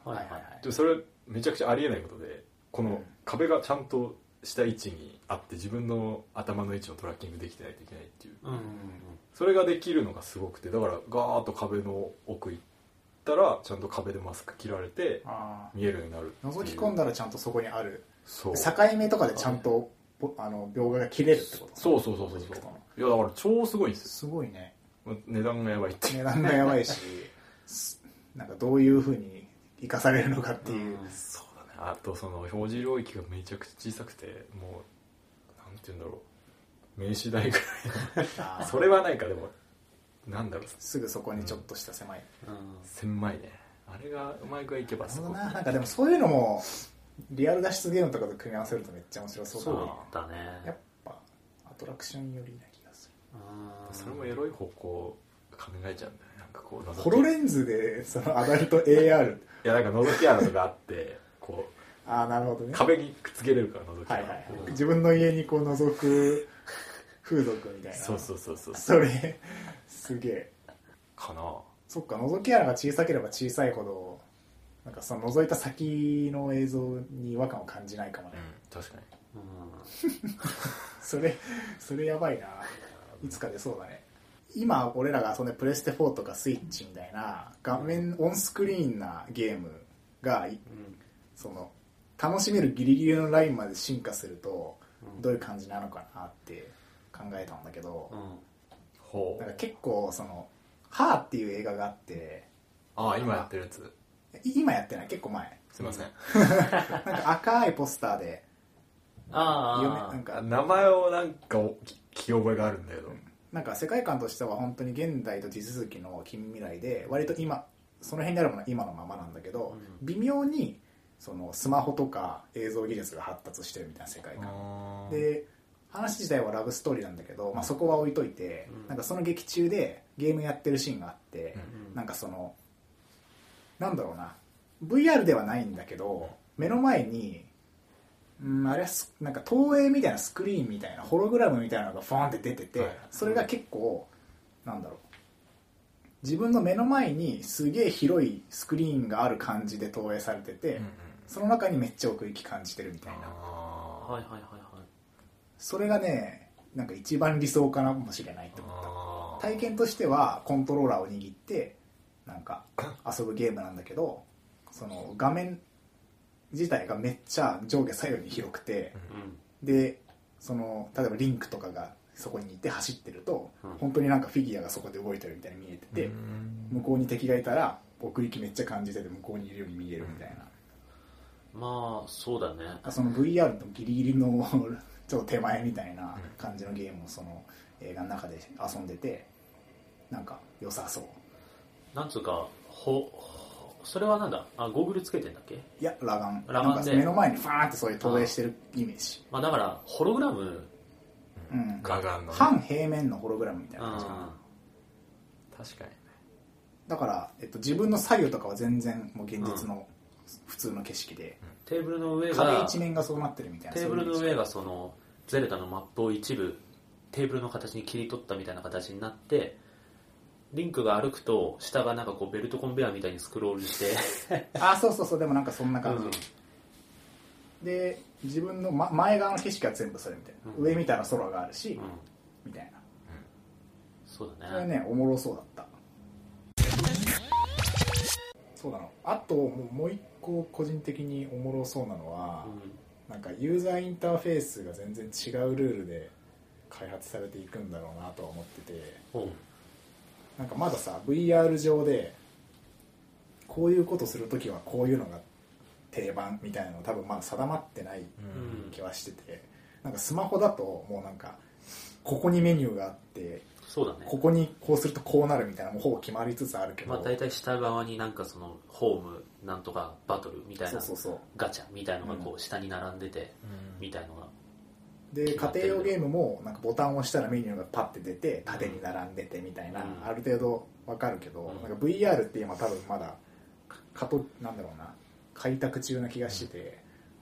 Speaker 1: はいはいはい。
Speaker 3: でもそれめちゃくちゃありえないことで、この壁がちゃんとした位置にあって自分の頭の位置をトラッキングできてないといけないっていう、それができるのがすごくて、だからガーッと壁の奥行ったらちゃんと壁でマスク切られて見えるようになる。
Speaker 1: 覗き込んだらちゃんとそこにある。
Speaker 3: そう
Speaker 1: 境目とかでちゃんと描画が切れるってこと。
Speaker 3: そういやだから超すごいんですよ。
Speaker 1: すごいね。
Speaker 3: 値段がやばいって。
Speaker 1: 値段がやばいしなんかどういう風に生かされるのかっていう、
Speaker 3: そうだね。あとその表示領域がめちゃくちゃ小さくて、もうなんて言うんだろう、名刺台ぐらいそれはないか、でもなんだろう、
Speaker 1: すぐそこにちょっとした狭い、
Speaker 3: 狭いね。あれがうまい具合いけばすごい。
Speaker 1: なんかでもそういうのもリアル脱出ゲームとかと組み合わせるとめっちゃ面白そうだね。
Speaker 2: そうだね。
Speaker 1: やっぱアトラクション寄りな気がする。
Speaker 3: それもエロい方向考えちゃうんだよね。なんかこう
Speaker 1: ホロレンズでそのアダルト AR
Speaker 3: いやなんか覗き穴とかあってこう
Speaker 1: なるほどね。
Speaker 3: 壁にくっつけれるから覗き穴、
Speaker 1: 自分の家にこう覗く風俗みたいな。
Speaker 3: そう
Speaker 1: それすげえ
Speaker 3: かな。
Speaker 1: そっか、覗き穴が小さければ小さいほどなんかその覗いた先の映像に違和感を感じないかもね、
Speaker 3: 確かに、
Speaker 1: それやばいな。いつか出そうだね。今俺らが遊んでプレステ4とかスイッチみたいな画面オンスクリーンなゲームが、その楽しめるギリギリのラインまで進化するとどういう感じなのかなって考えたんだけど、なんか結構そのハーっていう映画があって、
Speaker 3: 今やってるやつ。
Speaker 1: 今やってない、結構前。
Speaker 3: すいません。
Speaker 1: なんか赤いポスターで
Speaker 2: なん
Speaker 3: か名前をなんか聞き覚えがあるんだけど、
Speaker 1: なんか世界観としては本当に現代と地続きの近未来で、割と今その辺にあるものは今のままなんだけど、微妙にそのスマホとか映像技術が発達してるみたいな世界観で、話自体はラブストーリーなんだけど、そこは置いといて、なんかその劇中でゲームやってるシーンがあって、なんかそのなんだろうな、 VR ではないんだけど目の前にあれはなんか投影みたいなスクリーンみたいなホログラムみたいなのがフォーンって出てて、それが結構なんだろう、自分の目の前にすげえ広いスクリーンがある感じで投影されてて、その中にめっちゃ奥行き感じてるみたいな。それがね、なんか一番理想かもしれないと思った。体験としてはコントローラーを握ってなんか遊ぶゲームなんだけど、その画面自体がめっちゃ上下左右に広くて、でその例えばリンクとかがそこにいて走ってると、本当になんかフィギュアがそこで動いてるみたいに見えてて、向こうに敵がいたら奥行きめっちゃ感じてて向こうにいるように見えるみたいな。
Speaker 2: まあそうだね。
Speaker 1: その VR のギリギリのちょっと手前みたいな感じのゲームをその映画の中で遊んでて、なんか良さそう。
Speaker 2: なんつうかそれはなんだ、ゴーグルつけてんだっけ？
Speaker 1: いや裸眼
Speaker 2: なんか
Speaker 1: 目の前にファーンってそういう投影してるイメージ。
Speaker 2: だからホログラム、
Speaker 3: 裸眼の
Speaker 1: 半平面のホログラムみたいな感じ。
Speaker 3: 確かにね。
Speaker 1: だから、自分の左右とかは全然もう現実の普通の景色で、
Speaker 2: テーブルの上が
Speaker 1: 壁一面がそうなってるみたいな。
Speaker 2: テーブルの上がそのゼルダのマップを一部テーブルの形に切り取ったみたいな形になって、リンクが歩くと下がなんかこうベルトコンベヤーみたいにスクロールして
Speaker 1: そうでもなんかそんな感じ、で自分の、前側の景色は全部それみたいな、上見たら空があるし、みたいな、
Speaker 2: そうだね。
Speaker 1: それねおもろそうだった。そうなの。あともう一個個人的におもろそうなのは、なんかユーザーインターフェースが全然違うルールで開発されていくんだろうなとは思ってて、なんかまださ VR 上でこういうことするときはこういうのが定番みたいなの多分まだ定まってない気はしてて、なんかスマホだともうなんかここにメニューがあって、
Speaker 2: そうだね、
Speaker 1: ここにこうするとこうなるみたいなもうほぼ決まりつつあるけど、
Speaker 2: 大体下側になんかそのホームなんとかバトルみたいなガチャみたいのがこう下に並んでて、みたいのが
Speaker 1: で家庭用ゲームもなんかボタンを押したらメニューがパッて出て縦に並んでてみたいな、ある程度わかるけど、なんか VR って今多分まだなんだろうな、開拓中な気がしてて、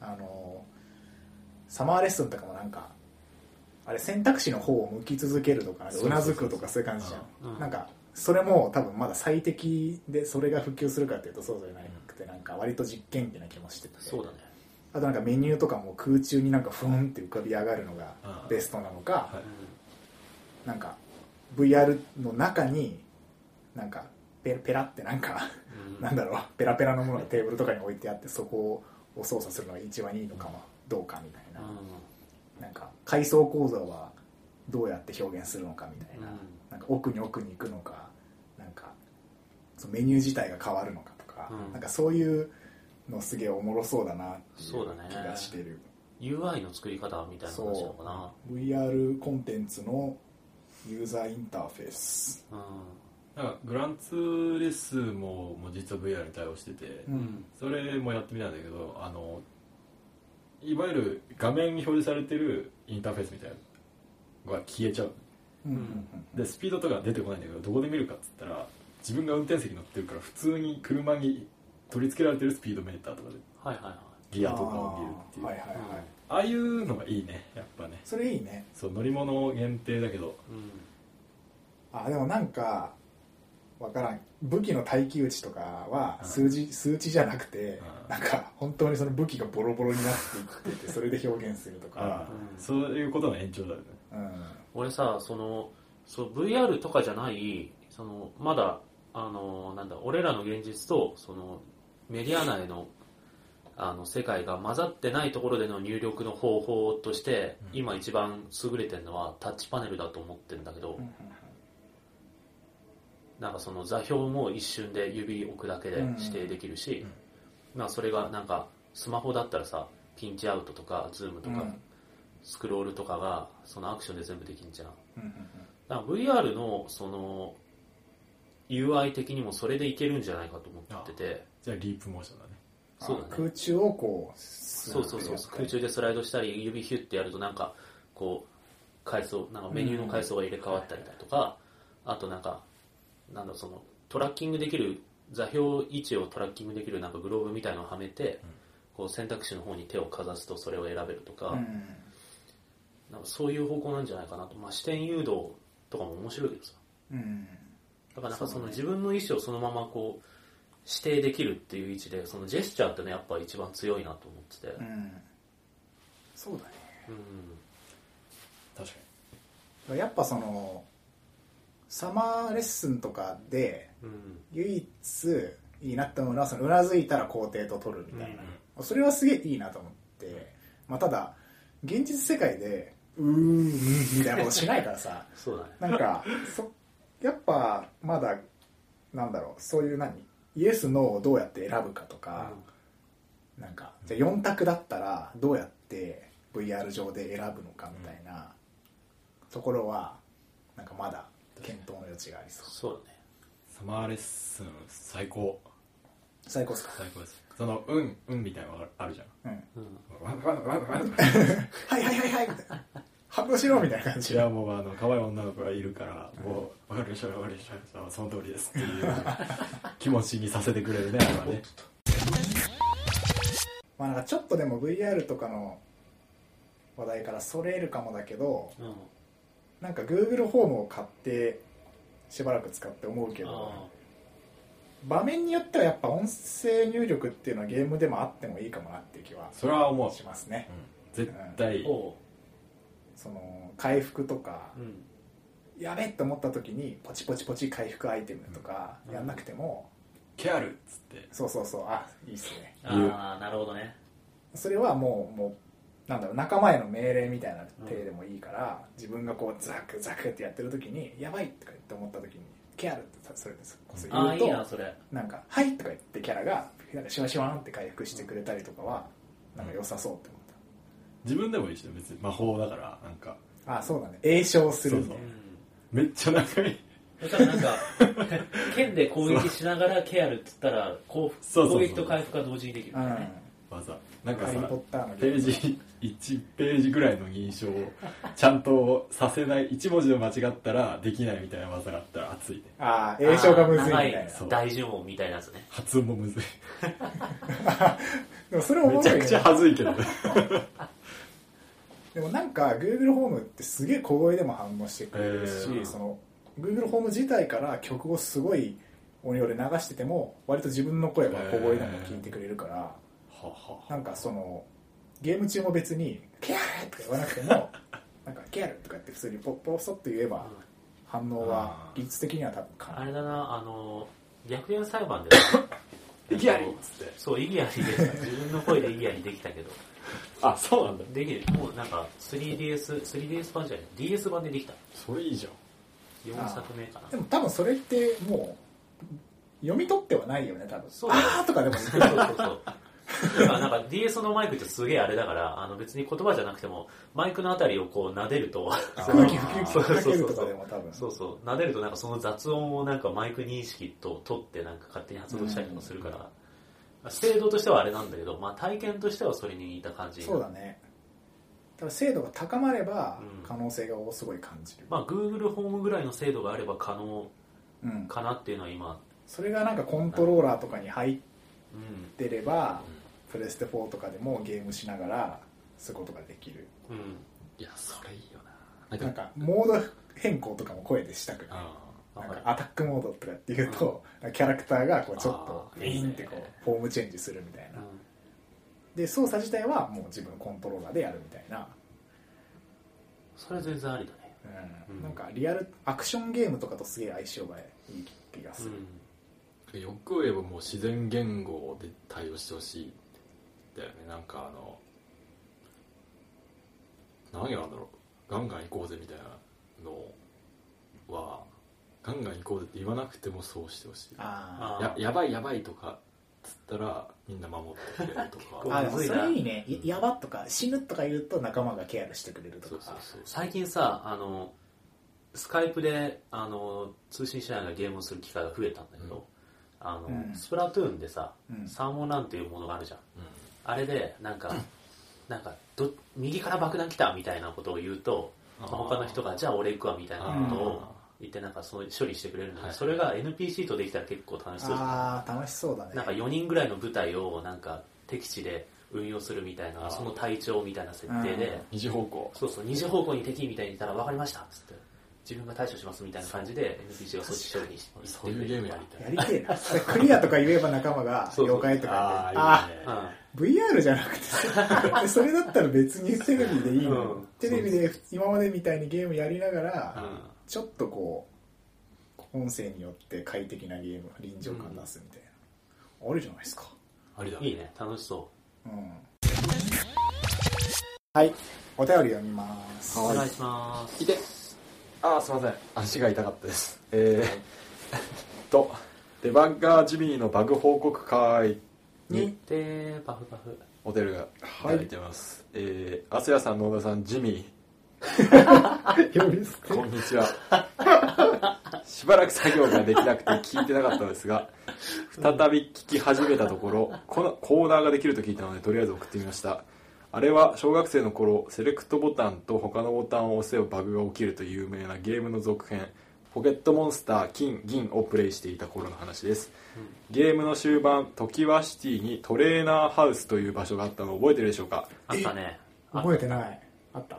Speaker 1: サマーレッスンとかもなんかあれ選択肢の方を向き続けるとかうなずくとかそういう感じじゃん。なんかそれも多分まだ最適でそれが普及するかっていうとそうじゃなくて、なんか割と実験的な気もしてて、
Speaker 2: そうだね。
Speaker 1: あとなんかメニューとかも空中になんかフーンって浮かび上がるのがベストなのか、なんか VR の中になんかペラってなんかなんだろう、ペラペラのものがテーブルとかに置いてあってそこを操作するのが一番いいのかはどうかみたいな、なんか階層構造はどうやって表現するのかみたいな、なんか奥に行くのか、なんかそのメニュー自体が変わるのかとか、なんかそういうのすげえおもろそうだなっていう気がしてる。
Speaker 2: UI の作り方みたいな話なのかな。
Speaker 1: VR コンテンツのユーザーインターフェース、
Speaker 3: なんかグランツーレスも実は VR に対応してて、それもやってみたんだけど、いわゆる画面に表示されてるインターフェースみたいなのが消えちゃう、でスピードとか出てこないんだけど、どこで見るかっつったら自分が運転席に乗ってるから普通に車に取り付けられてるスピードメーターとかでギアとかを見るっていう、ああいうのがいいね、やっぱね。
Speaker 1: それいいね。
Speaker 3: そう乗り物限定だけど、
Speaker 1: でもなんかわからん、武器の待機位置とかは数値じゃなくて、なんか本当にその武器がボロボロになっていっててそれで表現するとか、
Speaker 3: そういうことの延長だよね。
Speaker 2: 俺さ、VR とかじゃないまだなんだ、俺らの現実とそのメディア内の世界が混ざってないところでの入力の方法として、今一番優れてるのはタッチパネルだと思ってるんだけど、なんかその座標も一瞬で指置くだけで指定できるし、まあそれがなんかスマホだったらさ、ピンチアウトとかズームとか、スクロールとかがそのアクションで全部できるんじゃん。だから VR のその UI 的にもそれでいけるんじゃないかと思ってて。
Speaker 3: じゃあリープモーションだね。
Speaker 1: そうだね。空中をこう
Speaker 2: そう空中でスライドしたり指ヒュッてやるとなんかこうなんかメニューの階層が入れ替わったりだとか、あとなんかそのトラッキングできる座標位置をトラッキングできるなんかグローブみたいのをはめて、こう選択肢の方に手をかざすとそれを選べるとか、なんかそういう方向なんじゃないかなと。まあ視点誘導とかも面白いけどさ、だからなんかその自分の意思をそのままこう指定できるっていう位置で、そのジェスチャーってねやっぱ一番強いなと思ってて、
Speaker 1: そうだね、
Speaker 3: 確か
Speaker 1: に。やっぱそのサマーレッスンとかで唯一いいなって思うのは、そのうなずいたら工程と取るみたいな、それはすげえいいなと思って、まあ、ただ現実世界でみたいなことしないからさ
Speaker 2: そうだね。
Speaker 1: なんかやっぱまだなんだろう、そういうイエスノーをどうやって選ぶかとか、なんかじゃあ4択だったらどうやって VR 上で選ぶのかみたいなところはなんかまだ検討の余地がありそう。
Speaker 2: そうだね。
Speaker 3: サマーレッスン最高
Speaker 1: っすか。
Speaker 3: 最高です。その運みたいなのがあるじゃん。
Speaker 1: はいみたいな、発表しろみたいな感じ。
Speaker 3: いやもう可愛い女の子がいるから、もう分かりましたその通りですっていう気持ちにさせてくれるね、あれはね。
Speaker 1: まあなんかちょっとでも VR とかの話題からそれるかもだけど、なんか Google ホームを買ってしばらく使って思うけど、場面によってはやっぱ音声入力っていうのはゲームでもあってもいいかもなっていう気は
Speaker 3: それは思う
Speaker 1: しますね。
Speaker 3: 絶対、
Speaker 1: その回復とか、やべって思った時にポチポチ回復アイテムとかやんなくても、
Speaker 3: ケアルっつって、
Speaker 1: そうあ、いいっすね。
Speaker 2: ああ、なるほどね。
Speaker 1: それはもうなんだろう、仲間への命令みたいな手でもいいから、自分がこうザクザクってやってる時にやばいとか言って思った時にケアルってそれです言うと、
Speaker 2: いいなそれ。なん
Speaker 1: かはいとか言ってキャラがなんかシュワシュワンって回復してくれたりとかはなんか良さそうって思った。
Speaker 3: 自分でもいいし、別に魔法だからなんか。
Speaker 1: そうだね。詠唱する。
Speaker 3: そうめっちゃ長い。
Speaker 2: だからなんか剣で攻撃しながらケアルって言ったら攻撃と回復が同時にできるからね。
Speaker 3: 技なんかさ
Speaker 1: ハリーポッターの
Speaker 3: ページ1ページぐらいの認証をちゃんとさせない1文字を間違ったらできないみたいな技があったら熱いね。
Speaker 1: ああ、栄唱がむずいみたいな。
Speaker 3: そう
Speaker 2: 大呪文みたいなやつね。
Speaker 3: 発音もむずい
Speaker 1: でもそれおもろいね。
Speaker 3: めちゃくちゃ恥ずいけどね
Speaker 1: でもなんか Google ホームってすげえ小声でも反応してくれるし、その Google ホーム自体から曲をすごい音量で流してても割と自分の声は小声でも聞いてくれるから、なんかそのゲーム中も別にキャーとか言わなくてもなんかキャーとかって普通にポッポソッと言えば反応は技術的には多分か
Speaker 2: あれだな、逆転裁判で
Speaker 3: イギアリっつって
Speaker 2: そうイギアリで自分の声でイギアリできたけど
Speaker 3: あ、そうなんだ。
Speaker 2: できる。もうなんか 3DS 版じゃない DS 版でできた。
Speaker 3: それいいじゃん。
Speaker 2: 4作目かな。
Speaker 1: でも多分それってもう読み取ってはないよね多分。
Speaker 2: そう
Speaker 1: あーとかでも
Speaker 2: そうそうそうなんか DS のマイクってすげえあれだから別に言葉じゃなくてもマイクのあたりをこう撫でると
Speaker 1: 空気吹きかけるとかでも多分
Speaker 2: そうそう撫でるとなんかその雑音をなんかマイク認識と取ってなんか勝手に発動したりとかするから、精度としてはあれなんだけど、まあ、体験としてはそれに似た感じ。
Speaker 1: そうだね。ただ精度が高まれば可能性がすごい感じる、
Speaker 2: まあ Google ホームぐらいの精度があれば可能
Speaker 1: うん、
Speaker 2: かなっていうのは今、
Speaker 1: それがなんかコントローラーとかに入ってれば、プレステ4とかでもゲームしながらそういうことができる。
Speaker 3: いや、それいいよ
Speaker 1: な。なんかモード変更とかも声でしたくない。なんかアタックモードとかっていうと、キャラクターがこうちょっとウィーンってこうフォームチェンジするみたいな、で操作自体はもう自分のコントローラーでやるみたいな。
Speaker 2: それは全然ありだね。
Speaker 1: なんかリアルアクションゲームとかとすげえ相性がいい気がする、
Speaker 3: よく言えばもう自然言語で対応してほしいだよね。なんか何やなんだろう、ガンガン行こうぜみたいなのはガンガン行こうぜって言わなくてもそうしてほしい。やばいやばいとかつったらみんな守ってくれるとか
Speaker 1: でもそれいいね。やばとか死ぬとか言うと仲間がケアしてくれるとか。
Speaker 3: そう
Speaker 2: 最近さスカイプで通信しながらゲームをする機会が増えたんだけど、スプラトゥーンでさ、サーモンランっていうものがあるじゃん、あれでなんか右から爆弾来たみたいなことを言うと、他の人がじゃあ俺行くわみたいなことを言ってなんかその処理してくれるんだけど、それが NPC とできたら結構楽しそうじゃん。
Speaker 1: 楽しそうだね。
Speaker 2: なんか4人ぐらいの部隊をなんか敵地で運用するみたいな、その隊長みたいな設定で、
Speaker 3: 二次方向、
Speaker 2: そう二次方向に敵みたいにいたら分かりましたっつって自分が対処しますみたいな感じで NPC がそっち処理にして
Speaker 3: そういうゲームやりたい。
Speaker 1: やりてえな。クリアとか言えば仲間が了解とか言って、VR じゃなくてそれだったら別にテレビでいいの、テレビで今までみたいにゲームやりながら、ちょっとこう音声によって快適なゲーム臨場感出すみたいな、あるじゃないですか。
Speaker 2: ありだ、いいね、楽しそう。
Speaker 1: はい、お便り読みます。
Speaker 2: お願いします。
Speaker 3: すいません、足が痛かったです。デバッガージミーのバグ報告会に
Speaker 2: パフパフ
Speaker 3: お便りがいただいてます。アスヤさん、野田さん、ジミ
Speaker 1: ー
Speaker 3: こんにちは。しばらく作業ができなくて聞いてなかったのですが、再び聞き始めたところ、このコーナーができると聞いたのでとりあえず送ってみました。あれは小学生の頃、セレクトボタンと他のボタンを押せばバグが起きるという有名なゲームの続編、ポケットモンスター金銀をプレイしていた頃の話です。ゲームの終盤、トキワシティにトレーナーハウスという場所があったのを覚えてるでしょうか？
Speaker 2: あったね。
Speaker 1: 覚えてない。あった。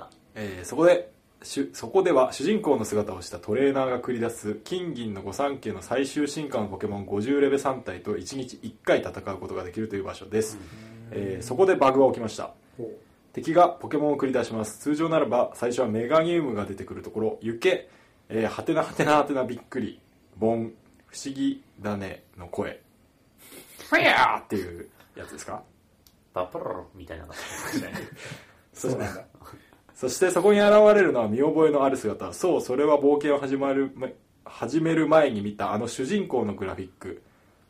Speaker 3: そこでは主人公の姿をしたトレーナーが繰り出す金銀の御三家の最終進化のポケモン50レベ3体と1日1回戦うことができるという場所です。そこでバグが起きました。敵がポケモンを繰り出します。通常ならば最初はメガニウムが出てくるところ、行け、はてなはてなはてなびっくり、ボン、不思議だねの声、ファイヤーっていうやつですか？
Speaker 2: パッパロロみたいな感じで
Speaker 1: そうなんだ。
Speaker 3: そしてそこに現れるのは見覚えのある姿。そう、それは冒険を始める前に見たあの主人公のグラフィック。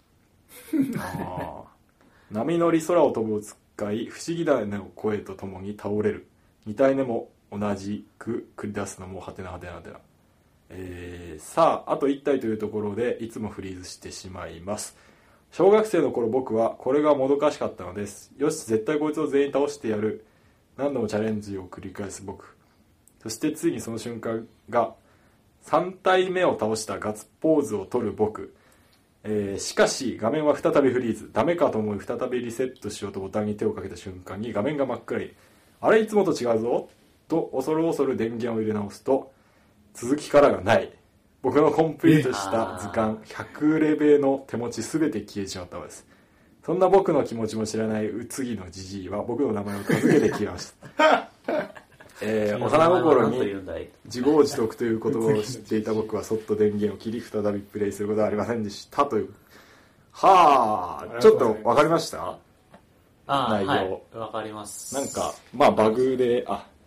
Speaker 3: 波乗り空を飛ぶを使い、不思議だねの声とともに倒れる。2体目も同じく繰り出すのもはてなはてなはてな。さあ、あと1体というところでいつもフリーズしてしまいます。 小学生の頃僕はこれがもどかしかったのです。よし絶対こいつを全員倒してやる。何度もチャレンジを繰り返す僕。そしてついにその瞬間が3体目を倒したガッツポーズを取る僕。しかし画面は再びフリーズ。ダメかと思い再びリセットしようとボタンに手をかけた瞬間に画面が真っ暗に。あれいつもと違うぞと恐る恐る電源を入れ直すと続きからがない。僕のコンプリートした図鑑100レベの手持ち全て消えてしまったのです。そんな僕の気持ちも知らない宇津木のじじいは僕の名前を名付けて消えました幼心に自業自得という言葉を知っていた僕はそっと電源を切り再びプレイすることはありませんでしたという。はあ、ちょっと分かりました？内容、
Speaker 2: はい、分かります。
Speaker 3: なんかまあバグで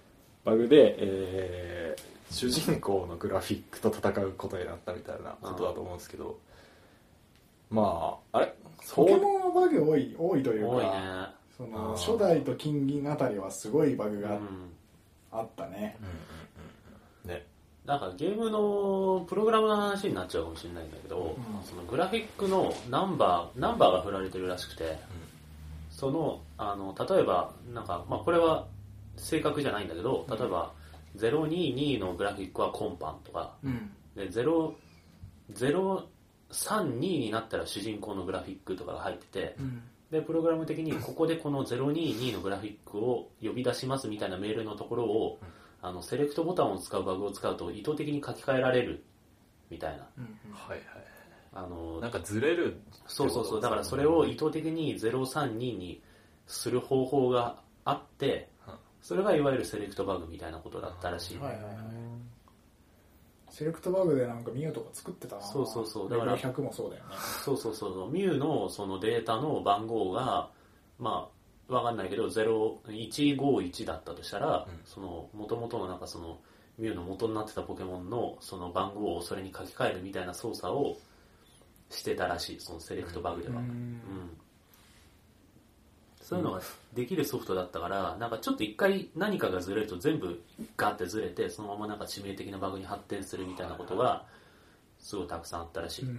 Speaker 3: 主人公のグラフィックと戦うことになったみたいなことだと思うんですけど、まああれ
Speaker 1: ポケモンはバグ多いというか、
Speaker 2: 多いね。
Speaker 1: その初代と金銀あたりはすごいバグがあったね。
Speaker 3: ね。
Speaker 2: なんかゲームのプログラムの話になっちゃうかもしれないんだけど、そのグラフィックのナンバーが振られてるらしくて、その例えばなんか、まあ、これは正確じゃないんだけど、例えば022のグラフィックはコンパンとか、で032になったら主人公のグラフィックとかが入ってて、でプログラム的にここでこの022のグラフィックを呼び出しますみたいなメールのところを、セレクトボタンを使うバグを使うと意図的に書き換えられるみたいな、
Speaker 3: はいはい、なんかずれる、
Speaker 2: そうだからそれを意図的に032にする方法があって、それがいわゆるセレクトバグみたいなことだったらしい、
Speaker 1: セレクトバグでなんかミュウとか作ってたな。
Speaker 2: そうだから
Speaker 1: 100もそうだよね。
Speaker 2: そうミュウのそのデータの番号がまあわかんないけど0151だったとしたら、その元々のなんかそのミュウの元になってたポケモンのその番号をそれに書き換えるみたいな操作をしてたらしい、そのセレクトバグでは。そういうのができるソフトだったから、なんかちょっと一回何かがずれると全部ガーってずれて、そのままなんか致命的なバグに発展するみたいなことがすごいたくさんあったらしい。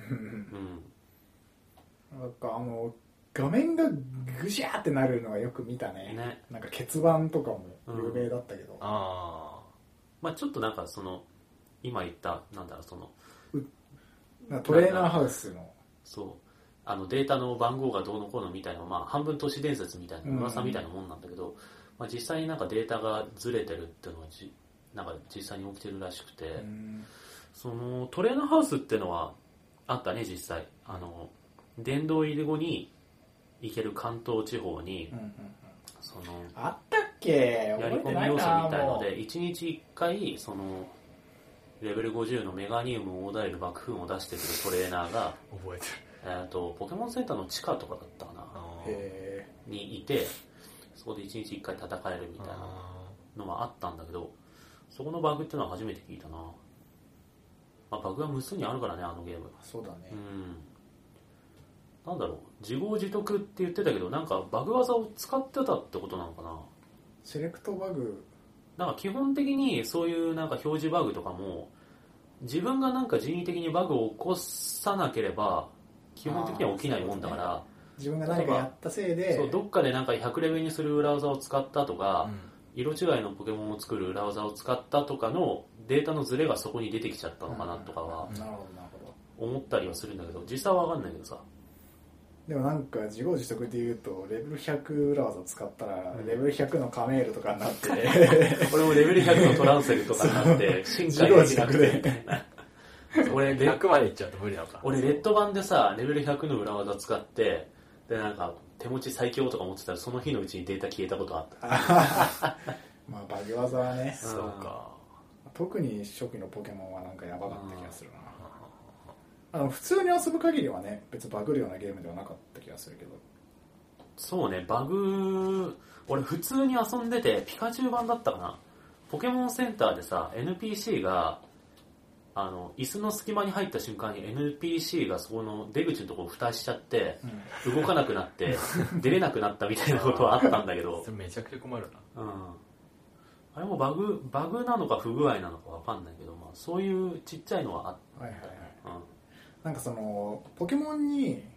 Speaker 1: なんか画面がぐしゃーってなるのはよく見たね。なんか欠番とかも有名だったけど、
Speaker 2: まあちょっとなんかその今言ったなんだろう、その
Speaker 1: トレーナーハウスの
Speaker 2: データの番号がどうのこうのみたいな、まあ半分都市伝説みたいな噂みたいなもんなんだけど、まあ、実際になんかデータがずれてるっていうのはなんか実際に起きてるらしくて、そのトレーナーハウスっていうのはあったね、実際殿堂入り後に行ける関東地方に、その
Speaker 1: あったっけ、
Speaker 2: やり込み要素みたいので1日1回そのレベル50のメガニウムオーダイル爆風を出してくるトレーナーが
Speaker 3: 覚えてる
Speaker 2: ポケモンセンターの地下とかだったかなにいて、そこで1日1回戦えるみたいなのがあったんだけど、そこのバグっていうのは初めて聞いたな。まあ、バグが無数にあるからね、あのゲーム。
Speaker 1: そうだね。
Speaker 2: なんだろう、自業自得って言ってたけど、なんかバグ技を使ってたってことなのかな。
Speaker 1: セレクトバグ
Speaker 2: なんか基本的にそういうなんか表示バグとかも自分がなんか人為的にバグを起こさなければ基本的には起きないもんだから、
Speaker 1: 自分が何かやったせいで
Speaker 2: どっかでなんか100レベルにする裏技を使ったとか、色違いのポケモンを作る裏技を使ったとかのデータのズレがそこに出てきちゃったのかなとかは思ったりはするんだけど、実際は分かんないけどさ。
Speaker 1: でもなんか自業自得で言うとレベル100裏技を使ったらレベル100のカメールとかになって
Speaker 2: 俺もレベル100のトランセルとかになって進化できなくてみたいな。俺
Speaker 3: 100までいっちゃうと無理なのか。
Speaker 2: 俺レッド版でさレベル100の裏技使ってでなんか手持ち最強とか持ってたらその日のうちにデータ消えたことあった
Speaker 1: まあバグ技はね、
Speaker 2: そうか。
Speaker 1: 特に初期のポケモンはなんかやばかった気がするな。普通に遊ぶ限りはね別にバグるようなゲームではなかった気がするけど。
Speaker 2: そうね、バグ俺普通に遊んでてピカチュウ版だったかな。ポケモンセンターでさ NPC が椅子の隙間に入った瞬間に NPC がそこの出口のところを蓋しちゃって、動かなくなって出れなくなったみたいなことはあったんだけど
Speaker 3: それめちゃくちゃ困るな。
Speaker 2: あれもバグなのか不具合なのか分かんないけど、まあ、そういうちっちゃいのはあった。
Speaker 1: なんかそのポケモンに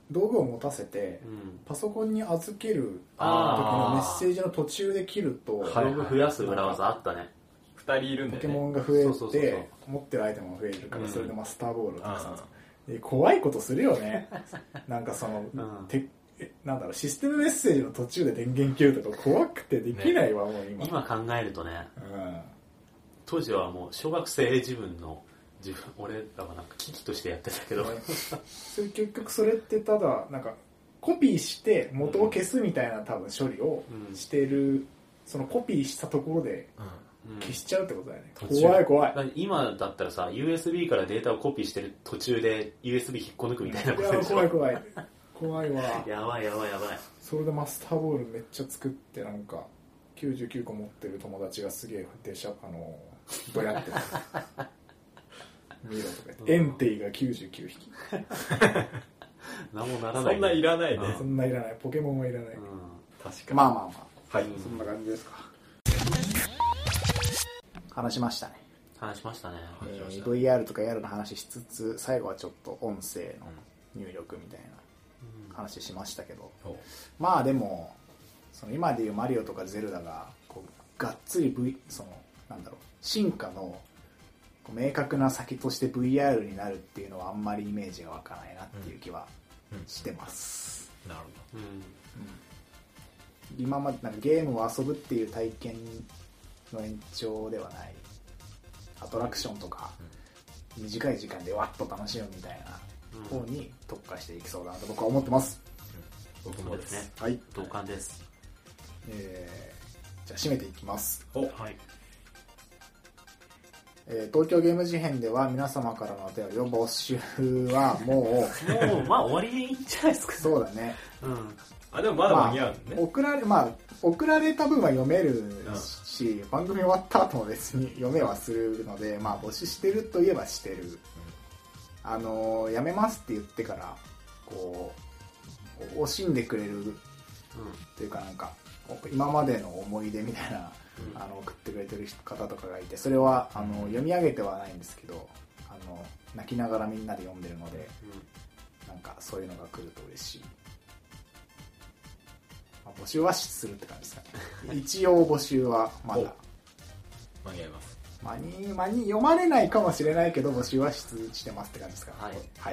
Speaker 1: 道具を持たせて、パソコンに預ける時のメッセージの途中で切ると
Speaker 2: 道具増やす裏技あったね。
Speaker 3: 2人いるんで、ね、
Speaker 1: ポケモンが増えて持ってるアイテムが増えるからそれでマスターボールとかさ、怖いことするよね。なんかその、なんだろう、システムメッセージの途中で電源切るとか怖くてできないわ、もう
Speaker 2: 今考えるとね、当時はもう小学生俺らはなんか機器としてやってたけど
Speaker 1: 結局それってただなんかコピーして元を消すみたいな多分処理をしてる、そのコピーしたところで消しちゃうってことだよね。怖い。
Speaker 2: 今だったらさ USB からデータをコピーしてる途中で USB 引っこ抜くみたいなことでしょ。
Speaker 1: 怖いわ。
Speaker 2: やばい。
Speaker 1: それでマスターボールめっちゃ作ってなんか99個持ってる友達がすげえどやってた見ろとか言ってエンテイが99匹
Speaker 2: 何もならない。
Speaker 3: そんないらないね。
Speaker 1: そんないらない。ポケモンはいらない。
Speaker 3: 確かに。
Speaker 1: まあ、
Speaker 3: はい、
Speaker 1: そんな感じですか。話しましたね。VR とか AR の話しつつ最後はちょっと音声の入力みたいな話しましたけど、まあでもその今でいうマリオとかゼルダがこうがっつりなんだろう、進化の明確な先として VR になるっていうのはあんまりイメージが湧かないなっていう気はしてます、
Speaker 3: なるほど、
Speaker 1: 今までなんかゲームを遊ぶっていう体験の延長ではないアトラクションとか、短い時間でわっと楽しむみたいな方に特化していきそうだなと僕は思ってます、
Speaker 2: 僕もですね、
Speaker 1: はい、
Speaker 2: 同感です。
Speaker 1: じゃあ締めていきます。
Speaker 2: はい。
Speaker 1: 東京ゲーム事変では皆様からのお便りを募集はもう
Speaker 2: まあ終わりでいいんじゃないですか。
Speaker 1: そうだね。
Speaker 3: でもまだ間に合うね。
Speaker 1: 送られた分は読めるし、番組終わった後も別に読めはするので、まあ募集してるといえばしてる。やめますって言ってからこう惜しんでくれるっていうかなんか今までの思い出みたいな。送ってくれてる方とかがいて、それは読み上げてはないんですけど泣きながらみんなで読んでるので、なんかそういうのが来ると嬉しい、募集はするって感じですかね一応募集はまだ
Speaker 3: 間に合います。
Speaker 1: 読まれないかもしれないけど募集はしてますって感じですか。はい、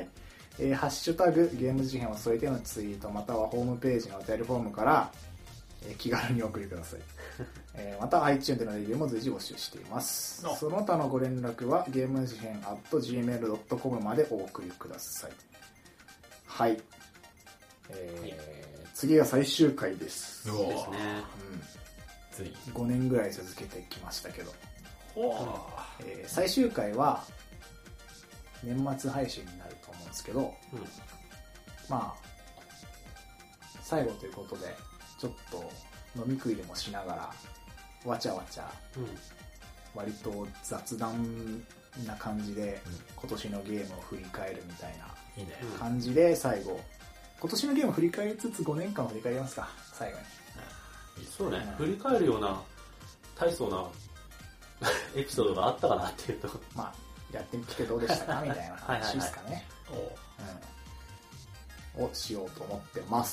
Speaker 1: ハッシュタグゲーム事変を添えてのツイートまたはホームページのお便りフォームから気軽にお送りくださいまた iTunes でのレビューも随時募集しています。その他のご連絡はゲーム事変 @gmail.com までお送りください。はい、次が最終回です。
Speaker 2: そうですね、
Speaker 3: つい
Speaker 1: 5年ぐらい続けてきましたけど、最終回は年末配信になると思うんですけど、まあ最後ということでちょっと飲み食いでもしながらわちゃわちゃ、割と雑談な感じで、今年のゲームを振り返るみたいな感じで最後今年のゲームを振り返りつつ5年間を振り返りますか最後に。
Speaker 2: そうね、振り返るような大層なエピソードがあったかなっていうと
Speaker 1: まあやってみてどうでしたかみたいな話ですかねをしようと思ってます。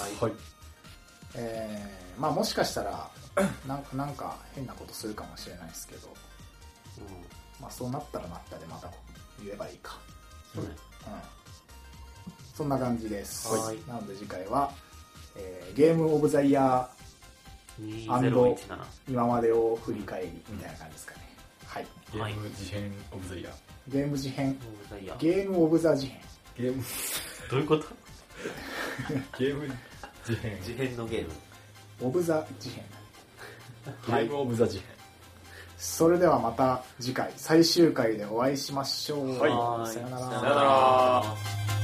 Speaker 3: はい、
Speaker 1: まあもしかしたらなんか変なことするかもしれないですけど、まあそうなったらなったでまた言えばいいか。
Speaker 2: そうね、
Speaker 1: そんな感じです。なので次回は、ゲームオブザイヤー&今までを振り返りみたいな感じですかね。はい。
Speaker 3: ゲーム事変オブザイヤー。
Speaker 1: ゲーム事変。ゲームオブザ事変。
Speaker 3: ゲーム
Speaker 2: どういうこと？
Speaker 3: ゲーム事変。
Speaker 2: 事変のゲーム。
Speaker 1: オブザ事変。
Speaker 3: ゲームオブザ事変。
Speaker 1: それではまた次回最終回でお会いしましょう。
Speaker 3: はい。
Speaker 1: さよなら。
Speaker 3: さよなら。